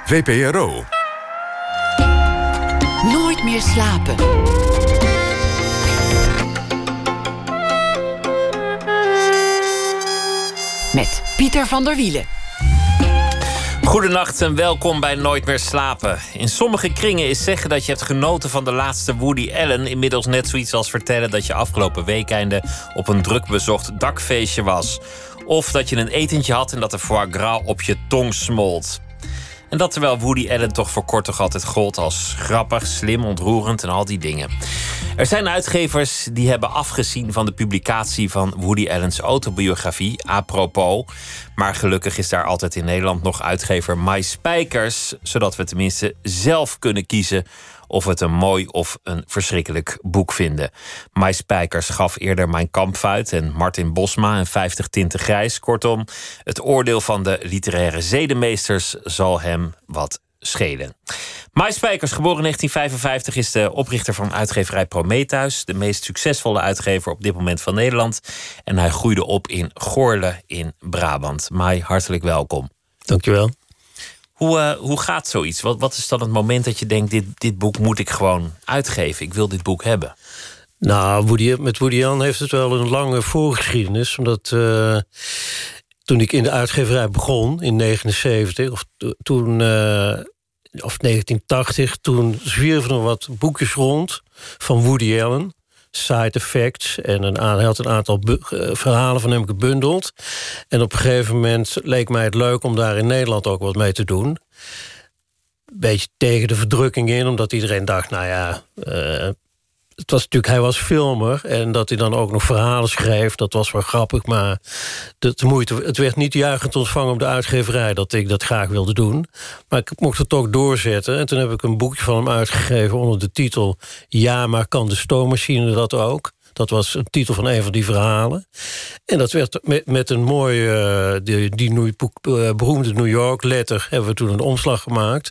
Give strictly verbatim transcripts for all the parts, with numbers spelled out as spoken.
V P R O. Nooit meer slapen. Met Pieter van der Wielen. Goedenacht en welkom bij Nooit meer slapen. In sommige kringen is zeggen dat je hebt genoten van de laatste Woody Allen inmiddels net zoiets als vertellen dat je afgelopen weekende op een druk bezocht dakfeestje was. Of dat je een etentje had en dat de foie gras op je tong smolt. En dat terwijl Woody Allen toch voor kort toch altijd gold als grappig, slim, ontroerend en al die dingen. Er zijn uitgevers die hebben afgezien van de publicatie van Woody Allen's autobiografie, apropos. Maar gelukkig is daar altijd in Nederland nog uitgever Mai Spijkers, zodat we tenminste zelf kunnen kiezen of we het een mooi of een verschrikkelijk boek vinden. Mai Spijkers gaf eerder Mijn Kamp uit en Martin Bosma en vijftig tinten grijs. Kortom, het oordeel van de literaire zedenmeesters zal hem wat schelen. Mai Spijkers, geboren in negentien vijfenvijftig, is de oprichter van uitgeverij Prometheus, de meest succesvolle uitgever op dit moment van Nederland. En hij groeide op in Goorle in Brabant. Mai, hartelijk welkom. Dankjewel. Hoe, uh, hoe gaat zoiets? Wat, wat is dan het moment dat je denkt, dit, dit boek moet ik gewoon uitgeven? Ik wil dit boek hebben. Nou, Woody, met Woody Allen heeft het wel een lange voorgeschiedenis. Omdat uh, toen ik in de uitgeverij begon, in negenenzeventig, of toen, uh, of negentien tachtig... toen zwierven er wat boekjes rond van Woody Allen, side effects, en een, hij had een aantal bu- uh, verhalen van hem gebundeld. En op een gegeven moment leek mij het leuk om daar in Nederland ook wat mee te doen. Beetje tegen de verdrukking in, omdat iedereen dacht, nou ja, Uh, het was natuurlijk, hij was filmer en dat hij dan ook nog verhalen schreef, dat was wel grappig, maar de, de moeite, het werd niet juichend ontvangen op de uitgeverij dat ik dat graag wilde doen. Maar ik mocht het toch doorzetten en toen heb ik een boekje van hem uitgegeven onder de titel Ja, maar kan de stoommachine dat ook? Dat was een titel van een van die verhalen. En dat werd met, met een mooie, uh, die, die New, uh, beroemde New York letter hebben we toen een omslag gemaakt.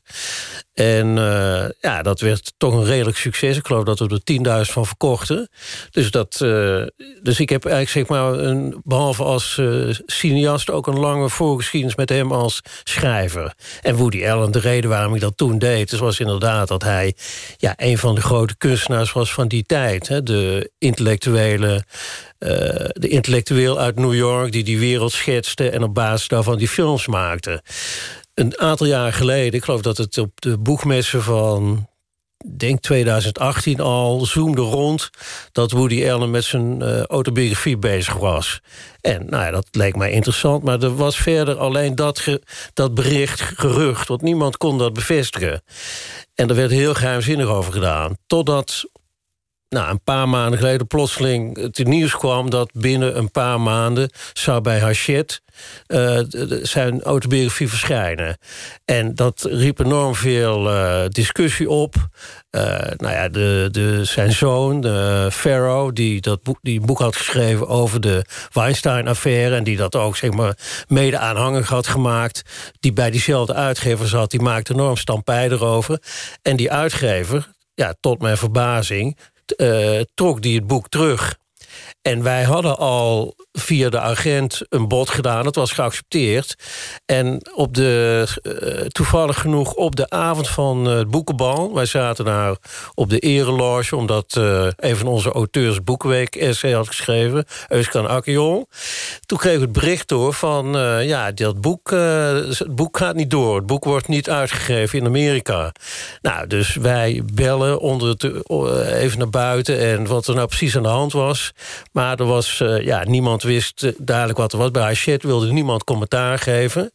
En uh, ja, dat werd toch een redelijk succes. Ik geloof dat we er tienduizend van verkochten. Dus, dat, uh, dus ik heb eigenlijk zeg maar, een, behalve als uh, cineast, ook een lange voorgeschiedenis met hem als schrijver. En Woody Allen, de reden waarom ik dat toen deed, dus was inderdaad dat hij ja, een van de grote kunstenaars was van die tijd. Hè, de intellectuele, uh, de intellectueel uit New York die die wereld schetste en op basis daarvan die films maakte. Een aantal jaar geleden, ik geloof dat het op de boekmessen van, denk tweeduizend achttien al, zoomde rond dat Woody Allen met zijn uh, autobiografie bezig was. En nou ja, dat leek mij interessant, maar er was verder alleen dat, ge, dat bericht gerucht, want niemand kon dat bevestigen. En er werd heel geheimzinnig over gedaan, totdat nou, een paar maanden geleden plotseling het nieuws kwam dat binnen een paar maanden zou bij Hachette uh, zijn autobiografie verschijnen. En dat riep enorm veel uh, discussie op. Uh, nou ja, de, de, zijn zoon, de Farrow, die dat boek, die boek had geschreven over de Weinstein-affaire en die dat ook zeg maar mede aanhangig had gemaakt, die bij diezelfde uitgever zat, die maakte enorm stampij erover. En die uitgever, ja, tot mijn verbazing, Uh, trok die het boek terug. En wij hadden al via de agent een bod gedaan. Dat was geaccepteerd. En op de, uh, toevallig genoeg op de avond van uh, het boekenbal, wij zaten daar op de ereloge, omdat uh, een van onze auteurs Boekenweek-essay had geschreven, Euskan Akjol. Toen kreeg ik het bericht door van, uh, ja, dat boek, uh, het boek gaat niet door. Het boek wordt niet uitgegeven in Amerika. Nou, dus wij bellen onder het, uh, even naar buiten en wat er nou precies aan de hand was. Maar er was, uh, ja, niemand wist uh, dadelijk wat er was. Bij Hachette wilde niemand commentaar geven.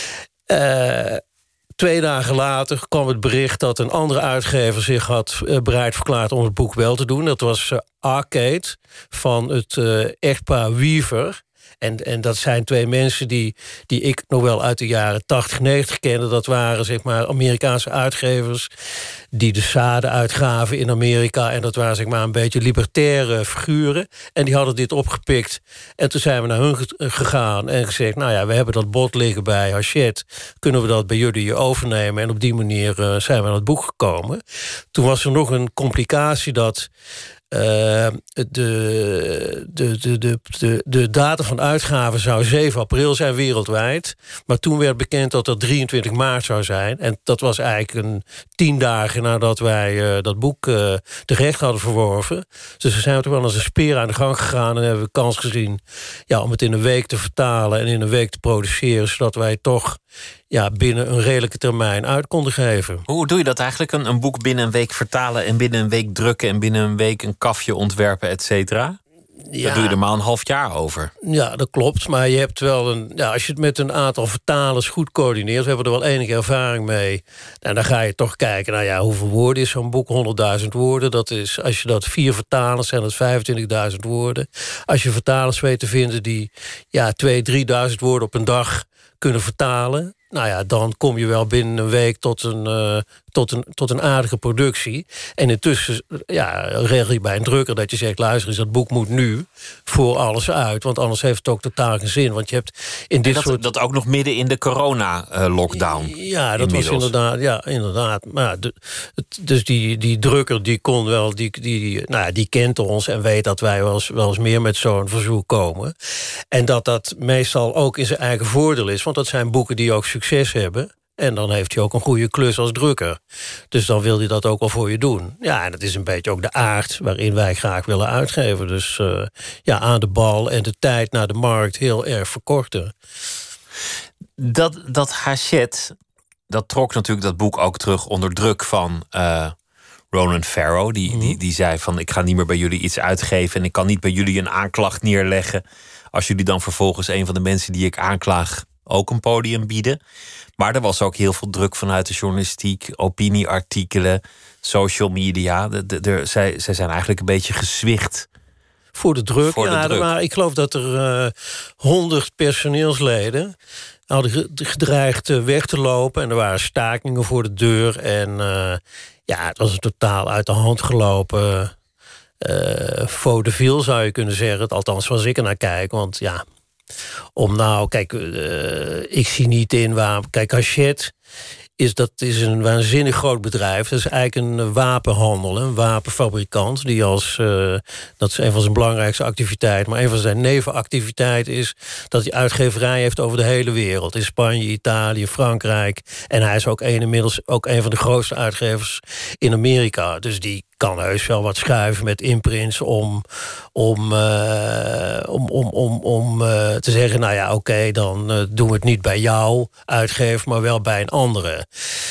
Uh, twee dagen later kwam het bericht dat een andere uitgever zich had uh, bereid verklaard om het boek wel te doen. Dat was uh, Arcade van het uh, echtpaar Weaver. En, en dat zijn twee mensen die, die ik nog wel uit de jaren tachtig, negentig kende. Dat waren zeg maar Amerikaanse uitgevers die de Sade uitgaven in Amerika. En dat waren zeg maar een beetje libertaire figuren. En die hadden dit opgepikt. En toen zijn we naar hun gegaan en gezegd, nou ja, we hebben dat bod liggen bij Hachette. Kunnen we dat bij jullie overnemen? En op die manier uh, zijn we aan het boek gekomen. Toen was er nog een complicatie dat Uh, de, de, de, de, de, de datum van uitgave zou zeven april zijn wereldwijd. Maar toen werd bekend dat dat drieëntwintig maart zou zijn. En dat was eigenlijk een tien dagen nadat wij uh, dat boek uh, terecht hadden verworven. Dus we zijn toch wel als een speer aan de gang gegaan en hebben we kans gezien ja, om het in een week te vertalen en in een week te produceren, zodat wij toch ja, binnen een redelijke termijn uit konden geven. Hoe doe je dat eigenlijk? Een, een boek binnen een week vertalen en binnen een week drukken en binnen een week een kafje ontwerpen, et cetera? Ja. Daar doe je er maar een half jaar over. Ja, dat klopt. Maar je hebt wel een. Ja, als je het met een aantal vertalers goed coördineert, we hebben er wel enige ervaring mee. En dan ga je toch kijken, nou ja, hoeveel woorden is zo'n boek? honderdduizend woorden. Dat is, als je dat vier vertalers zijn, dat vijfentwintigduizend woorden. Als je vertalers weet te vinden die ja, tweeduizend, drieduizend woorden op een dag kunnen vertalen, nou ja, dan kom je wel binnen een week tot een, uh, tot een, tot een aardige productie. En intussen ja, regel je bij een drukker dat je zegt, luister eens, dat boek moet nu voor alles uit. Want anders heeft het ook totaal geen zin. Want je hebt in dit dat, soort... dat ook nog midden in de corona-lockdown. Uh, ja, dat inmiddels. was inderdaad. Ja, inderdaad. Maar de, het, dus die, die drukker die kon wel, die, die, nou ja, die kent ons en weet dat wij wel eens, wel eens meer met zo'n verzoek komen. En dat dat meestal ook in zijn eigen voordeel is. Want dat zijn boeken die ook succes hebben. En dan heeft hij ook een goede klus als drukker. Dus dan wil hij dat ook wel voor je doen. Ja, en dat is een beetje ook de aard waarin wij graag willen uitgeven. Dus uh, ja, aan de bal en de tijd naar de markt heel erg verkorten. Dat, dat hachet, dat trok natuurlijk dat boek ook terug onder druk van uh, Ronan Farrow. Die, mm-hmm. die, die zei van, ik ga niet meer bij jullie iets uitgeven en ik kan niet bij jullie een aanklacht neerleggen als jullie dan vervolgens een van de mensen die ik aanklaag ook een podium bieden. Maar er was ook heel veel druk vanuit de journalistiek, opinieartikelen, social media. De, de, de, zij, zij zijn eigenlijk een beetje gezwicht. Voor de druk, voor ja. De druk. Maar ik geloof dat er honderd uh, personeelsleden hadden gedreigd uh, weg te lopen. En er waren stakingen voor de deur. En uh, ja, het was een totaal uit de hand gelopen uh, vaudeville, zou je kunnen zeggen. Althans, was ik er naar kijk, want ja, om nou, kijk, uh, ik zie niet in waar. Kijk, Hachette is dat is een waanzinnig groot bedrijf. Dat is eigenlijk een wapenhandel, een wapenfabrikant die als uh, dat is een van zijn belangrijkste activiteiten, maar een van zijn nevenactiviteiten is dat hij uitgeverij heeft over de hele wereld, in Spanje, Italië, Frankrijk, en hij is ook een, inmiddels ook een van de grootste uitgevers in Amerika. Dus die kan heus wel wat schuiven met imprints om, om, uh, om, om, om, om uh, te zeggen, nou ja, oké, okay, dan uh, doen we het niet bij jou uitgever, maar wel bij een andere.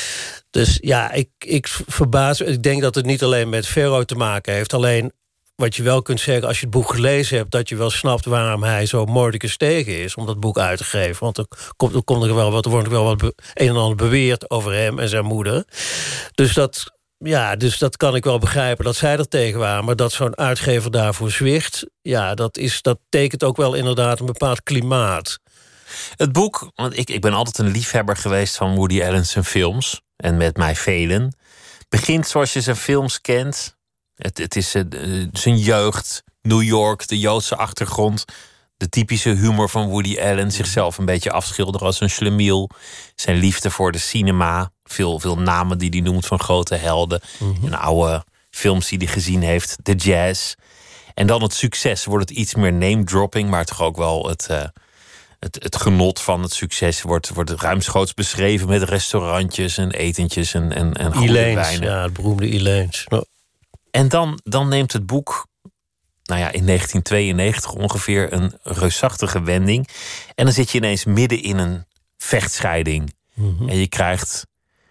Dus ja, ik, ik verbaas, ik denk dat het niet alleen met Farrow te maken heeft. Alleen wat je wel kunt zeggen, als je het boek gelezen hebt, dat je wel snapt waarom hij zo mordicus tegen is om dat boek uit te geven. Want er komt er, komt er wel wat, er wordt wel wat be, een en ander beweerd over hem en zijn moeder. Dus dat. Ja, dus dat kan ik wel begrijpen dat zij er tegen waren. Maar dat zo'n uitgever daarvoor zwicht, ja, dat, is, dat tekent ook wel inderdaad een bepaald klimaat. Het boek, want ik, ik ben altijd een liefhebber geweest van Woody Allen zijn films. En met mij velen. Begint zoals je zijn films kent. Het, het is uh, zijn jeugd, New York, de Joodse achtergrond. De typische humor van Woody Allen. Zichzelf een beetje afschilderen als een schlemiel. Zijn liefde voor de cinema. Veel, veel namen die hij noemt van grote helden. Mm-hmm. En oude films die hij gezien heeft. De jazz. En dan het succes. Wordt het iets meer name-dropping. Maar toch ook wel het, uh, het, het genot van het succes. Wordt, wordt ruimschoots beschreven met restaurantjes en etentjes en, en, en goede Elaine's, wijnen. ja, het beroemde Elaine's. Oh. En dan, dan neemt het boek, nou ja, in negentien tweeënnegentig ongeveer een reusachtige wending. En dan zit je ineens midden in een vechtscheiding. Mm-hmm. En je krijgt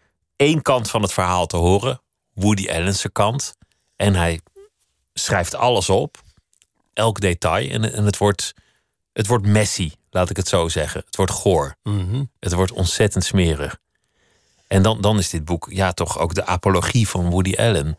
één kant van het verhaal te horen. Woody Allen's kant. En hij schrijft alles op. Elk detail. En, en het wordt, het wordt messy, laat ik het zo zeggen. Het wordt goor. Mm-hmm. Het wordt ontzettend smerig. En dan, dan is dit boek ja toch ook de apologie van Woody Allen.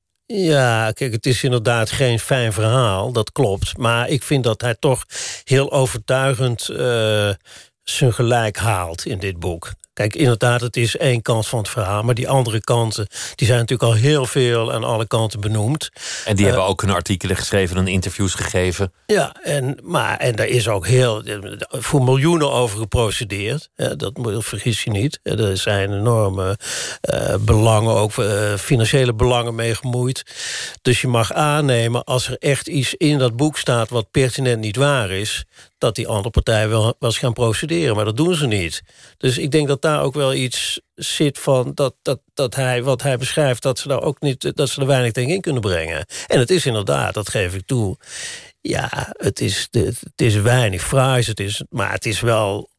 Ja, kijk, het is inderdaad geen fijn verhaal, dat klopt. Maar ik vind dat hij toch heel overtuigend uh, zijn gelijk haalt in dit boek. Kijk, inderdaad, het is één kant van het verhaal, maar die andere kanten, die zijn natuurlijk al heel veel aan alle kanten benoemd. En die uh, hebben ook hun artikelen geschreven en interviews gegeven. Ja, en, maar, en daar is ook heel, voor miljoenen over geprocedeerd. Ja, dat vergis je niet. Er zijn enorme uh, belangen, ook uh, financiële belangen mee gemoeid. Dus je mag aannemen, als er echt iets in dat boek staat wat pertinent niet waar is, dat die andere partij wel was gaan procederen. Maar dat doen ze niet. Dus ik denk dat daar ook wel iets zit van dat, dat, dat hij, wat hij beschrijft, dat ze daar ook niet, dat ze er weinig tegen in kunnen brengen. En het is inderdaad, dat geef ik toe. Ja, het is, het is weinig fraais, het is, maar het is wel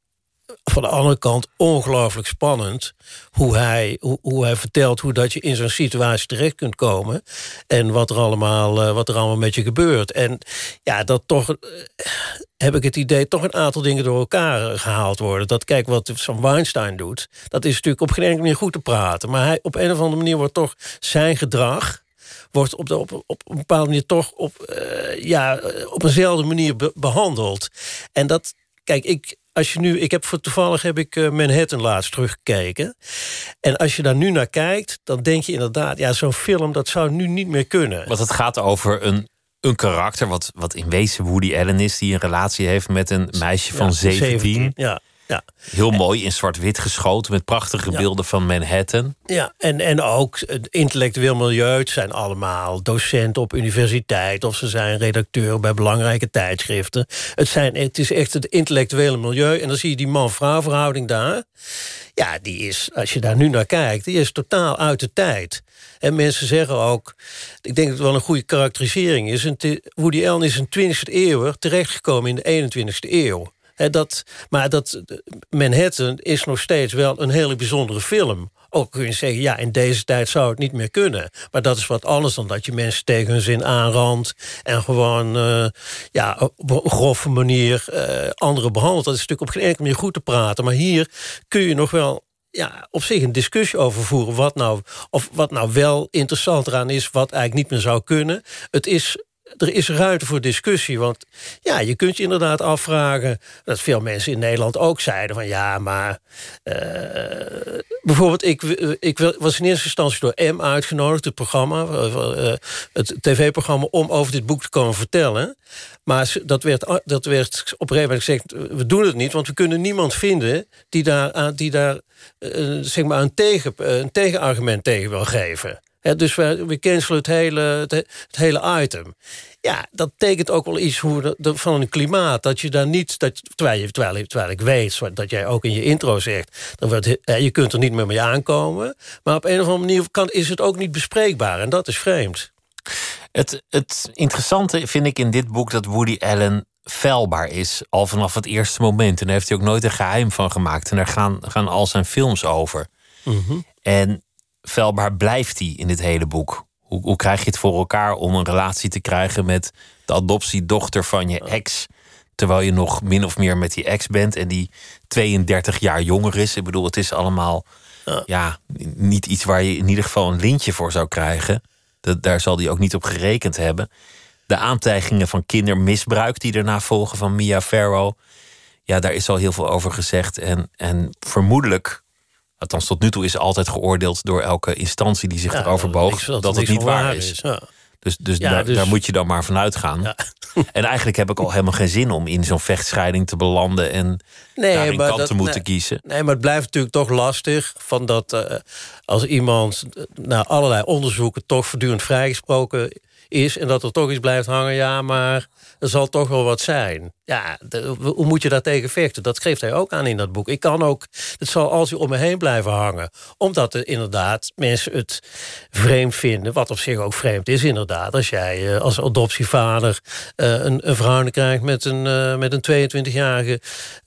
van de andere kant ongelooflijk spannend hoe hij, hoe, hoe hij vertelt hoe dat je in zo'n situatie terecht kunt komen en wat er allemaal, uh, wat er allemaal met je gebeurt. En ja, dat toch uh, heb ik het idee toch een aantal dingen door elkaar gehaald worden. Dat kijk wat zo'n Weinstein doet, dat is natuurlijk op geen enkele manier goed te praten, maar hij, op een of andere manier wordt toch zijn gedrag wordt op, de, op, op een bepaalde manier toch op, uh, ja, op eenzelfde manier be- behandeld. En dat, kijk, ik Als je nu, ik heb voor toevallig heb ik uh, Manhattan laatst teruggekeken. En als je daar nu naar kijkt, dan denk je inderdaad, ja, zo'n film, dat zou nu niet meer kunnen. Want het gaat over een, een karakter, wat, wat in wezen Woody Allen is, die een relatie heeft met een meisje van ja, zeventien. zeventien. Ja. Ja. Heel mooi in zwart-wit geschoten met prachtige ja. beelden van Manhattan. Ja, en, en ook het intellectueel milieu. Het zijn allemaal docenten op universiteit of ze zijn redacteur bij belangrijke tijdschriften. Het, zijn, het is echt het intellectuele milieu. En dan zie je die man-vrouw verhouding daar. Ja, die is, als je daar nu naar kijkt, die is totaal uit de tijd. En mensen zeggen ook, ik denk dat het wel een goede karakterisering is, Woody Allen is in de twintigste eeuw terechtgekomen in de eenentwintigste eeuw. He, dat, maar dat Manhattan is nog steeds wel een hele bijzondere film. Ook kun je zeggen, ja, in deze tijd zou het niet meer kunnen. Maar dat is wat anders dan dat je mensen tegen hun zin aanrandt en gewoon uh, ja, op een grove manier uh, anderen behandelt. Dat is natuurlijk op geen enkele manier goed te praten. Maar hier kun je nog wel ja, op zich een discussie over voeren wat nou, of wat nou wel interessant eraan is, wat eigenlijk niet meer zou kunnen. Het is Er is ruimte voor discussie, want ja, je kunt je inderdaad afvragen, dat veel mensen in Nederland ook zeiden van ja, maar uh, bijvoorbeeld ik, ik was in eerste instantie door M uitgenodigd, het programma, uh, het tv-programma, om over dit boek te komen vertellen. Maar dat werd, dat werd op een gegeven moment gezegd, we doen het niet, want we kunnen niemand vinden die daar, die daar uh, zeg maar een, tegen, een tegenargument tegen wil geven. He, dus we, we cancelen het hele, het, het hele item. Ja, dat tekent ook wel iets hoe de, de, van een klimaat. Dat je daar niet, dat, terwijl, je, terwijl, terwijl ik weet, dat jij ook in je intro zegt, dan wordt, je kunt er niet meer mee aankomen. Maar op een of andere manier kan, is het ook niet bespreekbaar. En dat is vreemd. Het, het interessante vind ik in dit boek dat Woody Allen feilbaar is, al vanaf het eerste moment. En daar heeft hij ook nooit een geheim van gemaakt. En daar gaan, gaan al zijn films over. Mm-hmm. En feilbaar blijft hij in dit hele boek. Hoe, hoe krijg je het voor elkaar om een relatie te krijgen met de adoptiedochter van je ex, terwijl je nog min of meer met die ex bent en die tweeëndertig jaar jonger is? Ik bedoel, het is allemaal ja. ja, niet iets waar je in ieder geval een lintje voor zou krijgen. Dat, daar zal hij ook niet op gerekend hebben. De aantijgingen van kindermisbruik die daarna volgen van Mia Farrow, ja, daar is al heel veel over gezegd. En, en vermoedelijk, althans tot nu toe, is altijd geoordeeld door elke instantie die zich ja, erover boog dat, dat het niet waar is. is. Ja. Dus, dus, ja, daar, dus daar moet je dan maar van uitgaan. Ja. En eigenlijk heb ik al helemaal geen zin om in zo'n vechtscheiding te belanden en nee, daarin kant dat, te moeten nee, kiezen. Nee, maar het blijft natuurlijk toch lastig van dat uh, als iemand na allerlei onderzoeken toch voortdurend vrijgesproken is en dat er toch iets blijft hangen, ja, maar er zal toch wel wat zijn. Ja, de, hoe moet je daar tegen vechten? Dat geeft hij ook aan in dat boek. Ik kan ook, het zal altijd om me heen blijven hangen. Omdat er inderdaad mensen het vreemd vinden, wat op zich ook vreemd is inderdaad. Als jij uh, als adoptievader uh, een, een vrouw krijgt met een, uh, met een tweeëntwintigjarige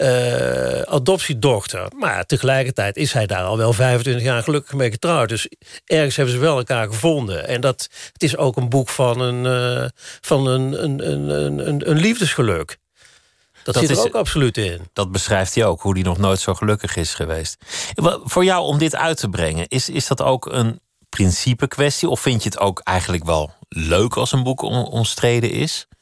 uh, adoptiedochter. Maar tegelijkertijd is hij daar al wel vijfentwintig jaar gelukkig mee getrouwd. Dus ergens hebben ze wel elkaar gevonden. En dat, het is ook een boek van een, uh, van een, een, een, een, een liefdesgeluk. Dat, dat zit er is, ook absoluut in. Dat beschrijft hij ook, hoe hij nog nooit zo gelukkig is geweest. Voor jou om dit uit te brengen, is, is dat ook een principe kwestie? Of vind je het ook eigenlijk wel leuk als een boek om, omstreden is?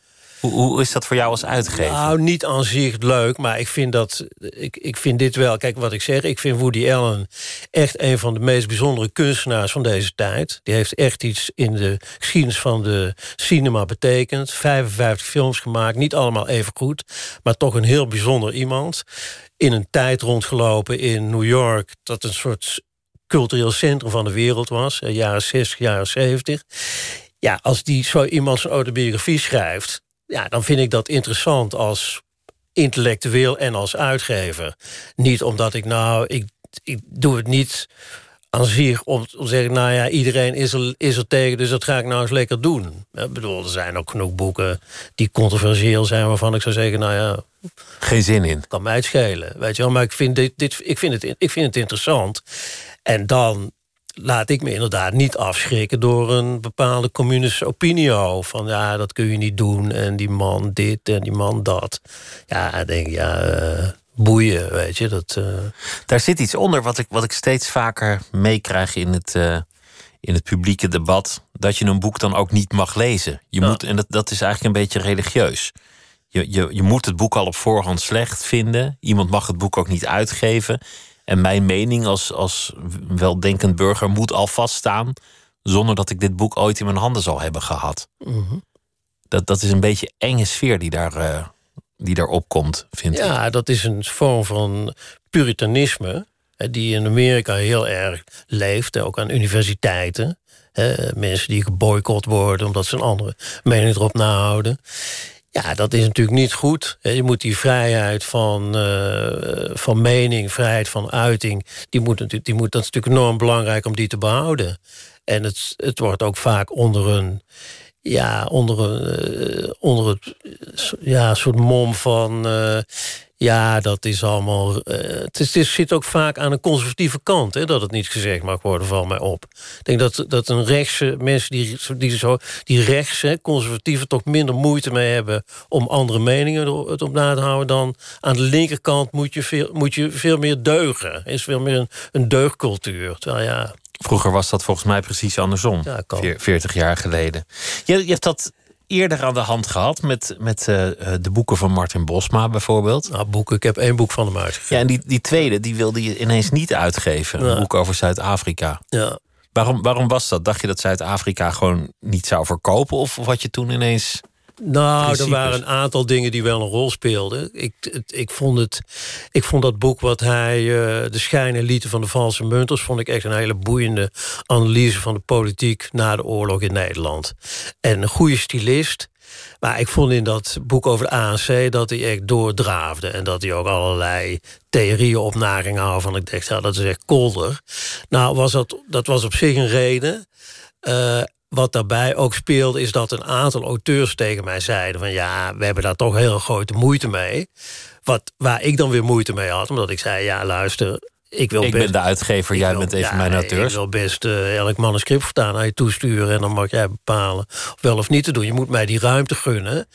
Hoe, hoe is dat voor jou als uitgever? Nou, niet aan zich leuk, maar ik vind, dat, ik, ik vind dit wel... Kijk, wat ik zeg, ik vind Woody Allen echt een van de meest bijzondere kunstenaars van deze tijd. Die heeft echt iets in de geschiedenis van de cinema betekend. vijfenvijftig films gemaakt, niet allemaal even goed, maar toch een heel bijzonder iemand. In een tijd rondgelopen in New York, dat een soort cultureel centrum van de wereld was. Jaren zestig, jaren zeventig. Ja, als die zo iemand zijn autobiografie schrijft, ja, dan vind ik dat interessant als intellectueel en als uitgever. Niet omdat ik nou, ik, ik doe het niet aan zich om te zeggen, nou ja, iedereen is er, is er tegen, dus dat ga ik nou eens lekker doen. Ik bedoel, er zijn ook genoeg boeken die controversieel zijn, waarvan ik zou zeggen, nou ja, geen zin in. Kan mij het schelen, weet je wel. Maar ik vind, dit, dit, ik vind, het, ik vind het interessant. En dan laat ik me inderdaad niet afschrikken door een bepaalde communistische opinio. Van ja, dat kun je niet doen. En die man dit en die man dat. Ja, ik denk, ja, uh, boeien, weet je. Dat, uh... Daar zit iets onder wat ik, wat ik steeds vaker meekrijg in het, uh, in het publieke debat. Dat je een boek dan ook niet mag lezen. Je ja. moet, en dat, dat is eigenlijk een beetje religieus. Je, je, je moet het boek al op voorhand slecht vinden. Iemand mag het boek ook niet uitgeven. En mijn mening als, als weldenkend burger moet al vaststaan, zonder dat ik dit boek ooit in mijn handen zal hebben gehad. Mm-hmm. Dat, dat is een beetje enge sfeer die daar, uh, die daar opkomt, vind ja, ik. Ja, dat is een vorm van puritanisme, hè, die in Amerika heel erg leeft, ook aan universiteiten. Hè, mensen die geboycott worden omdat ze een andere mening erop nahouden. Ja, dat is natuurlijk niet goed. Je moet die vrijheid van, uh, van mening, vrijheid van uiting, die moet natuurlijk, die moet, dat is natuurlijk enorm belangrijk om die te behouden. En het, het wordt ook vaak onder een, ja, onder een, uh, onder het, ja, soort mom van, uh, ja, dat is allemaal, uh, het, is, het zit ook vaak aan een conservatieve kant, hè, dat het niet gezegd mag worden, valt mij op. Ik denk dat, dat een rechtse, mensen die, die, zo, die rechts, hè, conservatieven, toch minder moeite mee hebben om andere meningen het op na te houden dan aan de linkerkant moet je veel, moet je veel meer deugen. Er is veel meer een, een deugdcultuur. Terwijl ja... Vroeger was dat volgens mij precies andersom, ja, veertig jaar geleden. Je, je hebt dat eerder aan de hand gehad met, met uh, de boeken van Martin Bosma bijvoorbeeld. Nou, boeken, ik heb één boek van hem uitgegeven. Ja, en die, die tweede, die wilde je ineens niet uitgeven. Een ja. boek over Zuid-Afrika. Ja. Waarom, waarom was dat? Dacht je dat Zuid-Afrika gewoon niet zou verkopen? Of, of had je toen ineens... Nou, principes? er waren een aantal dingen die wel een rol speelden. Ik, het, ik, vond, het, ik vond dat boek wat hij, uh, De Schijn en Lieten van de Valse Munters, vond ik echt een hele boeiende analyse van de politiek na de oorlog in Nederland. En een goede stylist. Maar ik vond in dat boek over de A N C dat hij echt doordraafde. En dat hij ook allerlei theorieën op na ging houden. Van ik dacht, ja, dat is echt kolder. Nou, was dat, dat was op zich een reden. Uh, Wat daarbij ook speelde, is dat een aantal auteurs tegen mij zeiden van ja, we hebben daar toch heel grote moeite mee. Wat, waar ik dan weer moeite mee had, omdat ik zei, ja, luister, ik wil ik best, ben de uitgever, jij wil, bent even ja, mijn auteurs. Ik wil best uh, elk manuscript voortaan naar je toesturen en dan mag jij bepalen of wel of niet te doen. Je moet mij die ruimte gunnen.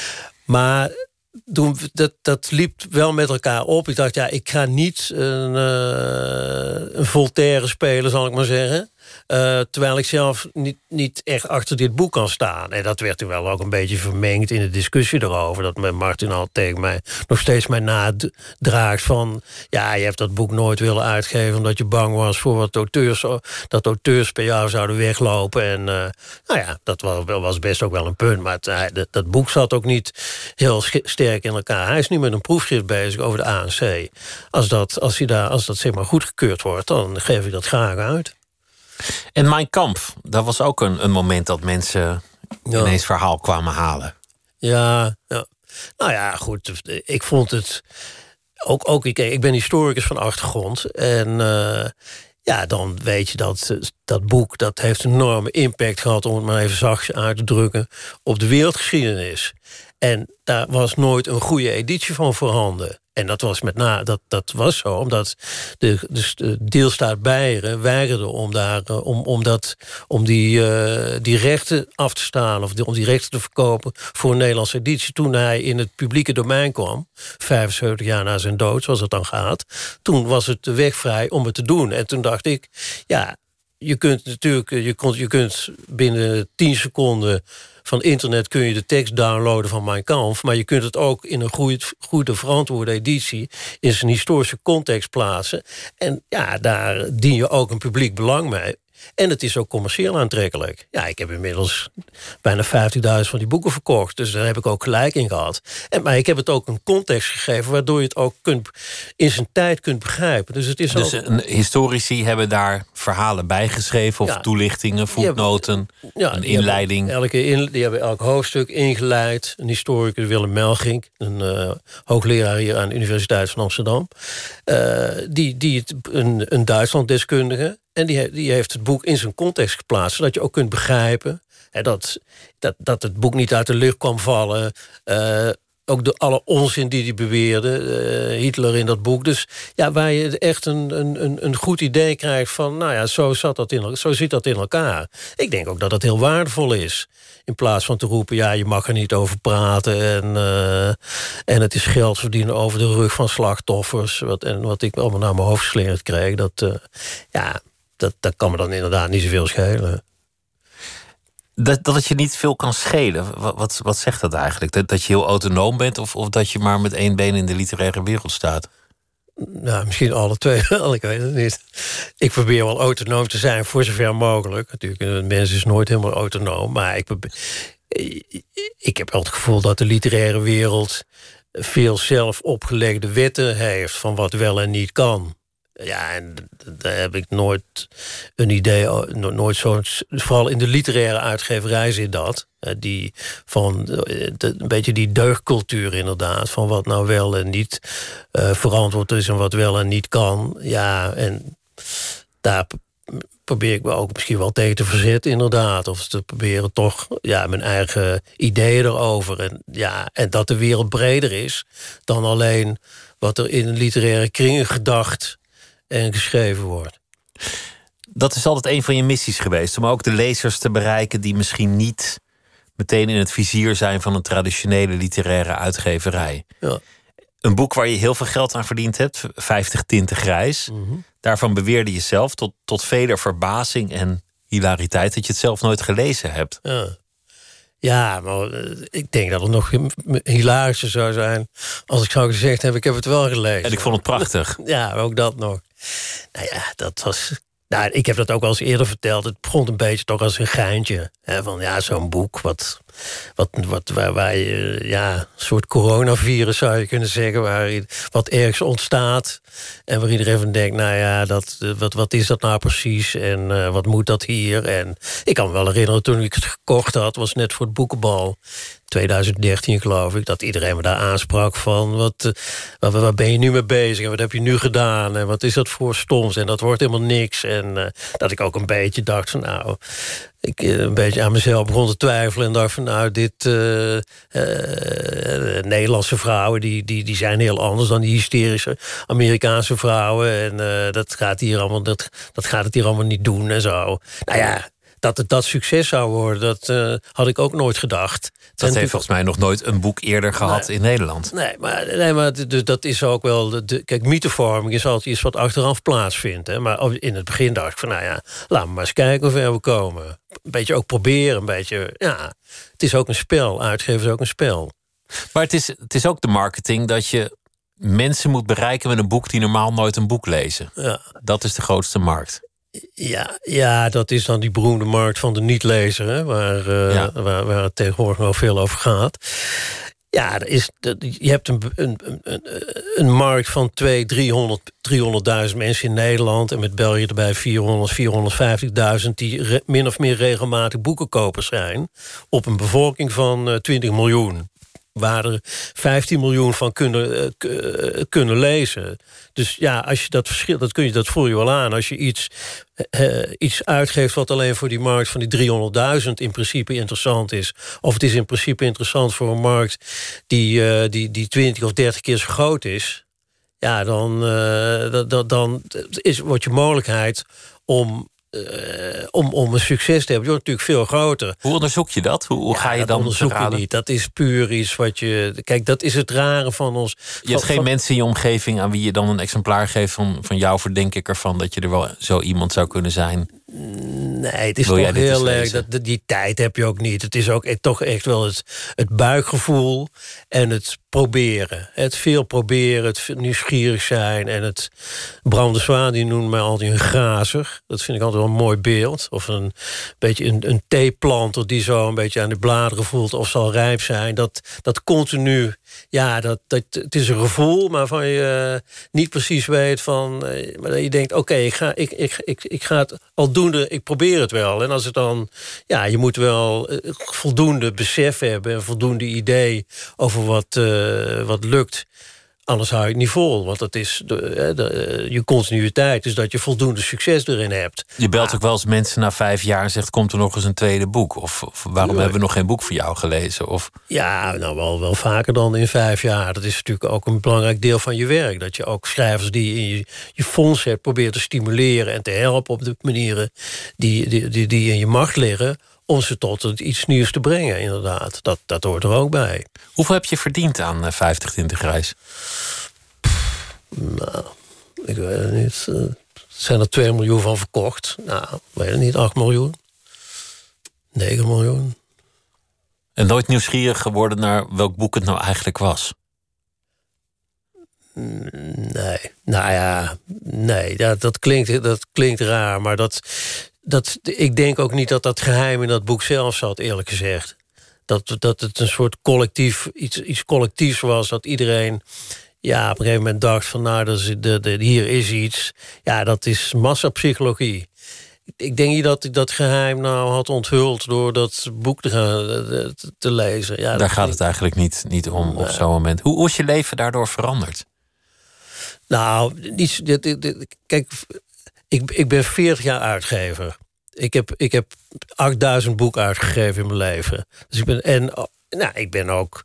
Maar toen, dat, dat liep wel met elkaar op. Ik dacht, ja, ik ga niet een, uh, een Voltaire spelen, zal ik maar zeggen. Uh, terwijl ik zelf niet, niet echt achter dit boek kan staan. En dat werd toen wel ook een beetje vermengd in de discussie erover. Dat Martin al tegen mij nog steeds mij nadraagt van ja, je hebt dat boek nooit willen uitgeven omdat je bang was voor wat auteurs, dat auteurs bij jou zouden weglopen. En uh, nou ja, dat was, was best ook wel een punt. Maar het, dat, dat boek zat ook niet heel sterk in elkaar. Hij is nu met een proefschrift bezig over de A N C. Als dat, als hij daar, als dat zeg maar goedgekeurd wordt, dan geef ik dat graag uit. En Mein Kampf, dat was ook een, een moment dat mensen ja. ineens verhaal kwamen halen. Ja, ja, nou ja, goed. Ik vond het ook, ook ik, ik ben historicus van achtergrond. En uh, ja, dan weet je dat dat boek, dat heeft een enorme impact gehad, om het maar even zachtjes uit te drukken, op de wereldgeschiedenis. En daar was nooit een goede editie van voorhanden. En dat was met na, dat, dat was zo, omdat de, de, de deelstaat Beieren weigerde om, daar, om, om, dat, om die, uh, die rechten af te staan, of die, om die rechten te verkopen voor een Nederlandse editie. Toen hij in het publieke domein kwam, vijfenzeventig jaar na zijn dood, zoals het dan gaat, toen was het de weg vrij om het te doen. En toen dacht ik, ja, je kunt natuurlijk, je kunt, je kunt binnen tien seconden van internet kun je de tekst downloaden van Mein Kampf, maar je kunt het ook in een goede, goede verantwoorde editie in zijn historische context plaatsen. En ja, daar dien je ook een publiek belang mee. En het is ook commercieel aantrekkelijk. Ja, ik heb inmiddels bijna vijftigduizend van die boeken verkocht. Dus daar heb ik ook gelijk in gehad. En, maar ik heb het ook een context gegeven waardoor je het ook kunt, in zijn tijd kunt begrijpen. Dus, het is dus ook... een, historici hebben daar verhalen bijgeschreven... of ja, toelichtingen, voetnoten, ja, een inleiding. Die hebben, elke in, die hebben elk hoofdstuk ingeleid. Een historicus, Willem Melgink, een uh, hoogleraar hier aan de Universiteit van Amsterdam. Uh, die, die het, een, een Duitslanddeskundige... En die, die heeft het boek in zijn context geplaatst... zodat je ook kunt begrijpen hè, dat, dat, dat het boek niet uit de lucht kwam vallen. Uh, ook de alle onzin die hij beweerde, uh, Hitler in dat boek. Dus ja, waar je echt een, een, een goed idee krijgt van... nou ja, zo, zat dat in, zo zit dat in elkaar. Ik denk ook dat dat heel waardevol is. In plaats van te roepen, ja, je mag er niet over praten... en, uh, en het is geld verdienen over de rug van slachtoffers. Wat, en wat ik allemaal naar mijn hoofd geslingerd kreeg, dat... Uh, ja. Dat, dat kan me dan inderdaad niet zoveel schelen. Dat, dat het je niet veel kan schelen, wat, wat, wat zegt dat eigenlijk? Dat, dat je heel autonoom bent of, of dat je maar met één been in de literaire wereld staat? Nou, misschien alle twee wel, ik weet het niet. Ik probeer wel autonoom te zijn, voor zover mogelijk. Natuurlijk, een mens is nooit helemaal autonoom. Maar ik, ik heb wel het gevoel dat de literaire wereld... veel zelf opgelegde wetten heeft van wat wel en niet kan. Ja, en daar heb ik nooit een idee, nooit zo'n... Vooral in de literaire uitgeverij zit dat. Die van de, een beetje die deugdcultuur inderdaad. Van wat nou wel en niet uh, verantwoord is en wat wel en niet kan. Ja, en daar probeer ik me ook misschien wel tegen te verzetten inderdaad. Of te proberen toch ja, mijn eigen ideeën erover. En, ja, en dat de wereld breder is dan alleen wat er in literaire kringen gedacht... en geschreven wordt. Dat is altijd een van je missies geweest... om ook de lezers te bereiken die misschien niet... meteen in het vizier zijn van een traditionele literaire uitgeverij. Ja. Een boek waar je heel veel geld aan verdiend hebt... vijftig tinten grijs. Mm-hmm. Daarvan beweerde je zelf tot, tot vele verbazing en hilariteit... dat je het zelf nooit gelezen hebt. Ja. Ja, maar ik denk dat het nog hilarischer zou zijn... als ik zou gezegd hebben, ik heb het wel gelezen. En ik vond het prachtig. Ja, ook dat nog. Nou ja, dat was... Nou, ik heb dat ook al eens eerder verteld. Het begon een beetje toch als een geintje. Hè, van ja, zo'n boek wat, wat, wat, waar, waar je... Ja, een soort coronavirus zou je kunnen zeggen... waar wat ergens ontstaat. En waar iedereen van denkt, nou ja, dat, wat, wat is dat nou precies? En uh, wat moet dat hier? En ik kan me wel herinneren, toen ik het gekocht had... was net voor het boekenbal... twintig dertien geloof ik, dat iedereen me daar aansprak van... Wat, waar, waar ben je nu mee bezig en wat heb je nu gedaan... en wat is dat voor stoms en dat wordt helemaal niks. En uh, dat ik ook een beetje dacht van nou... ik uh, een beetje aan mezelf begon te twijfelen... en dacht van nou, dit... Uh, uh, Nederlandse vrouwen, die, die, die zijn heel anders... dan die hysterische Amerikaanse vrouwen. En uh, dat, gaat hier allemaal, dat, dat gaat het hier allemaal niet doen en zo. Nou ja... Dat het dat succes zou worden, dat uh, had ik ook nooit gedacht. Dat en heeft volgens mij nog nooit een boek eerder gehad nee, in Nederland. Nee, maar, nee, maar dus dat is ook wel... De, de, kijk, mythevorming is altijd iets wat achteraf plaatsvindt. Hè? Maar in het begin dacht ik van, nou ja... laten we maar eens kijken hoe ver we komen. Een beetje ook proberen, een beetje... Ja, het is ook een spel. Uitgeven is ook een spel. Maar het is, het is ook de marketing dat je mensen moet bereiken... met een boek die normaal nooit een boek lezen. Ja. Dat is de grootste markt. Ja, ja, dat is dan die beroemde markt van de niet-lezer... Hè, waar, uh, ja. waar, waar het tegenwoordig wel veel over gaat. Ja, er is, je hebt een, een, een, een markt van tweehonderd, driehonderd, driehonderdduizend mensen in Nederland... en met België erbij vierhonderd, vierhonderdvijftigduizend... die re, min of meer regelmatig boekenkopers zijn... op een bevolking van uh, twintig miljoen. Waar er vijftien miljoen van kunnen, uh, kunnen lezen. Dus ja, als je dat verschil, dat kun je, dat voel je wel aan. Als je iets, uh, iets uitgeeft wat alleen voor die markt van die driehonderdduizend in principe interessant is. Of het is in principe interessant voor een markt die, uh, die, die twintig of dertig keer zo groot is. Ja, dan, uh, dan, dan is, wordt je mogelijkheid om... Uh, om, om een succes te hebben, wordt natuurlijk veel groter. Hoe onderzoek je dat? Hoe, hoe ja, ga je dan onderzoek je niet. Dat is puur iets wat je... Kijk, dat is het rare van ons... Je van, hebt geen van, mensen in je omgeving aan wie je dan een exemplaar geeft van, van jou, verdenk ik ervan dat je er wel zo iemand zou kunnen zijn. Nee, het is Wil jij toch dit eens heel erg. lezen? Dat, die tijd heb je ook niet. Het is ook e- toch echt wel het, het buikgevoel en het proberen. Het veel proberen, het veel nieuwsgierig zijn. En het Bram de Zwaan, die noemt mij altijd een grazer. Dat vind ik altijd wel een mooi beeld. Of een beetje een, een theeplanter die zo een beetje aan de bladeren voelt of zal rijp zijn. Dat, dat continu, ja, dat, dat, het is een gevoel, maar van je uh, niet precies weet van. Uh, maar dat je denkt, oké, okay, ik, ga, ik, ik, ik, ik ga het aldoende, ik probeer het wel. En als het dan, ja, je moet wel uh, voldoende besef hebben en voldoende idee over wat, uh, wat lukt. Anders hou je het niet vol, want dat is de, de, je continuïteit is dat je voldoende succes erin hebt. Je belt ah. ook wel eens mensen na vijf jaar en zegt, komt er nog eens een tweede boek? Of, of waarom ja. hebben we nog geen boek voor jou gelezen? Of... Ja, nou wel, wel vaker dan in vijf jaar. Dat is natuurlijk ook een belangrijk deel van je werk. Dat je ook schrijvers die in je, je fonds hebt probeert te stimuleren en te helpen op de manieren die, die, die, die in je macht liggen, om ze tot het iets nieuws te brengen, inderdaad. Dat, dat hoort er ook bij. Hoeveel heb je verdiend aan uh, vijftig Tinten Grijs? Nou, ik weet het niet. Uh, zijn er twee miljoen van verkocht? Nou, weet het niet. acht miljoen? negen miljoen? En nooit nieuwsgierig geworden naar welk boek het nou eigenlijk was? Nee. Nou ja, nee. Dat, dat, klinkt, dat klinkt raar, maar dat... Dat, ik denk ook niet dat dat geheim in dat boek zelf zat, eerlijk gezegd. Dat, dat het een soort collectief, iets, iets collectiefs was, dat iedereen ja, op een gegeven moment dacht van nou, dat is, de, de, hier is iets. Ja, dat is massapsychologie. Ik denk niet dat ik dat geheim nou had onthuld door dat boek te gaan te, te lezen. Ja, daar gaat het eigenlijk niet, niet om nee. op zo'n moment. Hoe, hoe is je leven daardoor veranderd? Nou, niet, dit, dit, dit, kijk... Ik, ik ben veertig jaar uitgever. Ik heb, ik heb achtduizend boeken uitgegeven in mijn leven. Dus ik ben, en nou, ik ben ook...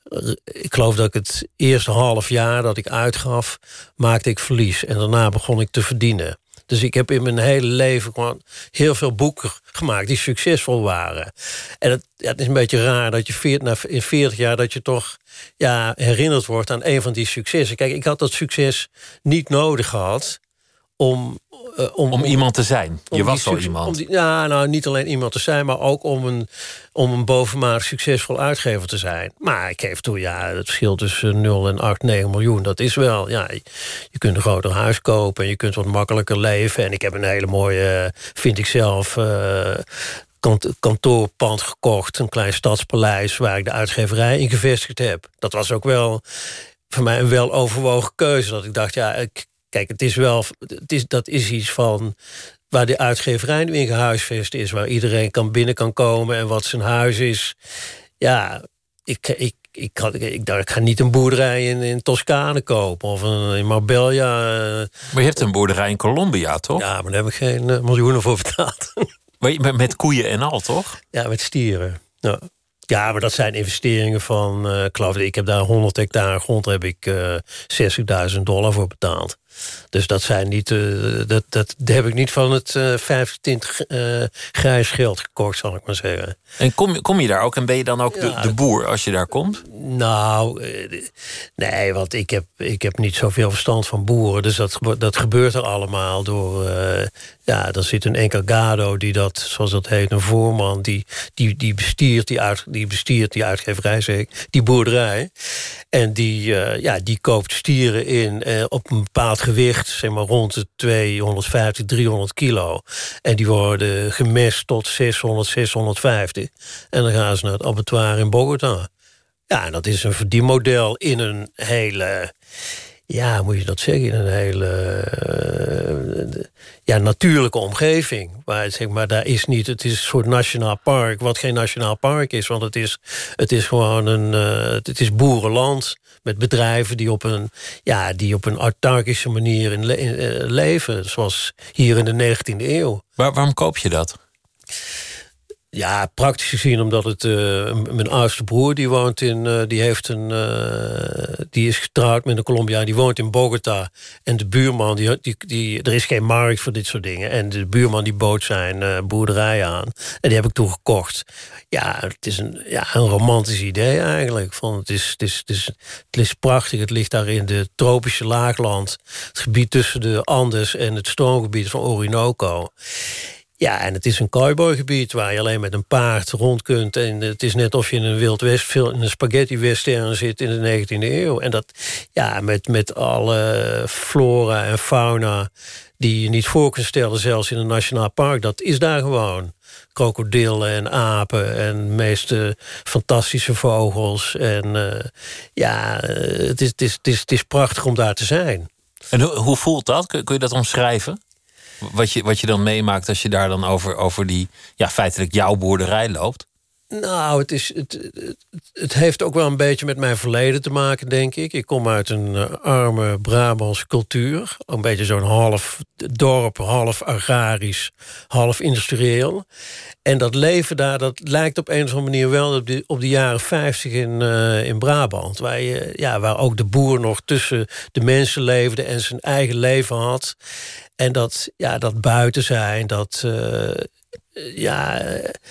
Ik geloof dat ik het eerste half jaar dat ik uitgaf, maakte ik verlies. En daarna begon ik te verdienen. Dus ik heb in mijn hele leven gewoon heel veel boeken gemaakt die succesvol waren. En het, ja, het is een beetje raar dat je veert, in veertig jaar dat je toch ja, herinnerd wordt aan een van die successen. Kijk, ik had dat succes niet nodig gehad om... Uh, om, om iemand te zijn. Je was al succes, iemand. Die, ja, nou, niet alleen iemand te zijn, maar ook om een, om een bovenmatig succesvol uitgever te zijn. Maar ik geef toe, ja, het verschil tussen nul en acht, negen miljoen, dat is wel, ja, je, je kunt een groter huis kopen en je kunt wat makkelijker leven. En ik heb een hele mooie, vind ik zelf, uh, kant, kantoorpand gekocht, een klein stadspaleis waar ik de uitgeverij in gevestigd heb. Dat was ook wel voor mij een weloverwogen keuze, dat ik dacht, ja, ik Kijk, het is wel, het is, dat is iets van waar de uitgeverij nu in gehuisvest is, waar iedereen kan binnen kan komen en wat zijn huis is. Ja, ik, ik, ik, ik, ik dacht, ik ga niet een boerderij in, in Toscane kopen of een, in Marbella. Maar je hebt een boerderij in Colombia, toch? Ja, maar daar heb ik geen uh, miljoenen voor betaald. Maar met koeien en al, toch? Ja, met stieren. Ja. Ja, maar dat zijn investeringen van, uh, ik geloof, ik heb daar honderd hectare grond, daar heb ik uh, zestigduizend dollar voor betaald. Dus dat zijn niet, uh, dat, dat, dat heb ik niet van het uh, vijftig tint uh, grijs geld gekocht, zal ik maar zeggen. En kom, kom je daar ook en ben je dan ook ja, de, de boer als je daar komt? Nou, uh, nee, want ik heb, ik heb niet zoveel verstand van boeren. Dus dat, dat gebeurt er allemaal door... Uh, ja, er zit een encargado die dat, zoals dat heet, een voorman... die, die, die, bestiert, die, uit, die bestiert die uitgeverij, zeg ik, die boerderij. En die, uh, ja, die koopt stieren in uh, op een bepaald gewicht, zeg maar rond de tweehonderdvijftig, driehonderd kilo. En die worden gemest tot zeshonderd, zeshonderdvijftig. En dan gaan ze naar het abattoir in Bogota. Ja, en dat is een verdienmodel in een hele... Ja, hoe moet je dat zeggen? In een hele uh, ja, natuurlijke omgeving. Maar, zeg maar daar is niet, het is een soort nationaal park, wat geen nationaal park is. Want het is, het is gewoon een, uh, het is boerenland met bedrijven die op een, ja, die op een autarkische manier in le- in, uh, leven. Zoals hier in de negentiende eeuw. Waar, waarom koop je dat? Ja, praktisch gezien omdat het uh, mijn oudste broer die woont in, uh, die heeft een, uh, die is getrouwd met een Colombiaan, die woont in Bogota en de buurman die, die, die, er is geen markt voor dit soort dingen en de buurman die bood zijn uh, boerderij aan en die heb ik toen gekocht. Ja, het is een, ja, een romantisch idee eigenlijk. Van het is, het is, het is, het is prachtig. Het ligt daar in de tropische laagland, het gebied tussen de Andes en het stroomgebied van Orinoco. Ja, en het is een cowboygebied waar je alleen met een paard rond kunt. En het is net of je in een Wild West, in een spaghetti western zit in de negentiende eeuw. En dat, ja, met, met alle flora en fauna die je niet voor kunt stellen, zelfs in een nationaal park, dat is daar gewoon. Krokodillen en apen en meeste fantastische vogels. En uh, ja, het is, het, is, het, is, het is prachtig om daar te zijn. En hoe, hoe voelt dat? Kun, kun je dat omschrijven? Wat je, wat je dan meemaakt als je daar dan over, over die, ja, feitelijk jouw boerderij loopt? Nou, het, is, het, het, het heeft ook wel een beetje met mijn verleden te maken, denk ik. Ik kom uit een uh, arme Brabantse cultuur. Een beetje zo'n half dorp, half agrarisch, half industrieel. En dat leven daar, dat lijkt op een of andere manier wel op de, op de jaren vijftig in, uh, in Brabant. Waar, je, ja, waar ook de boer nog tussen de mensen leefde en zijn eigen leven had. En dat, ja, dat buiten zijn, dat... Uh, ja...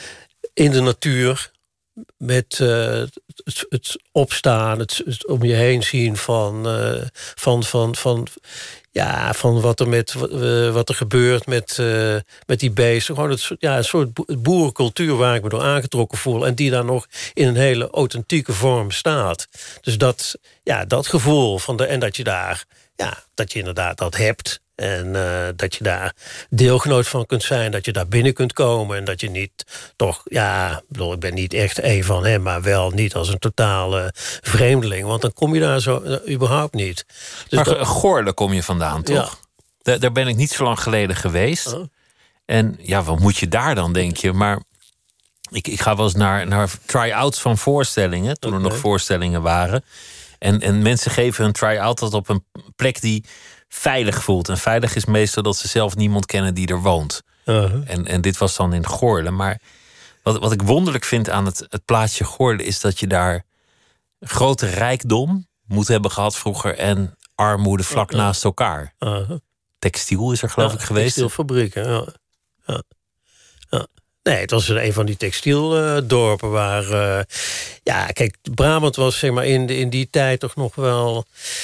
in de natuur, met uh, het, het opstaan, het, het om je heen zien van, uh, van, van, van, ja, van wat er, met, uh, wat er gebeurt met, uh, met die beesten. Gewoon het, ja, een soort boerencultuur waar ik me door aangetrokken voel en die daar nog in een hele authentieke vorm staat. Dus dat, ja, dat gevoel van de, en dat je daar, ja, dat je inderdaad dat hebt. En uh, dat je daar deelgenoot van kunt zijn. Dat je daar binnen kunt komen. En dat je niet toch... Ja, ik bedoel, ik ben niet echt een van hem. Maar wel niet als een totale vreemdeling. Want dan kom je daar zo uh, überhaupt niet. Dus maar dat... Goorle kom je vandaan, toch? Ja. Daar, daar ben ik niet zo lang geleden geweest. Oh. En ja, wat moet je daar dan, denk je? Maar ik, ik ga wel eens naar, naar try-outs van voorstellingen. Toen okay. er nog voorstellingen waren. En, en mensen geven hun try-out op een plek die... veilig voelt. En veilig is meestal dat ze zelf niemand kennen die er woont. Uh-huh. En, en dit was dan in Goorle. Maar wat, wat ik wonderlijk vind aan het, het plaatsje Goorle... is dat je daar grote rijkdom moet hebben gehad vroeger... en armoede vlak uh-huh. naast elkaar. Uh-huh. Textiel is er geloof ja, ik geweest. Textielfabrieken, ja. ja. ja. Nee, het was een van die textieldorpen uh, waar... Uh, ja, kijk, Brabant was zeg maar in, de, in die tijd toch nog wel...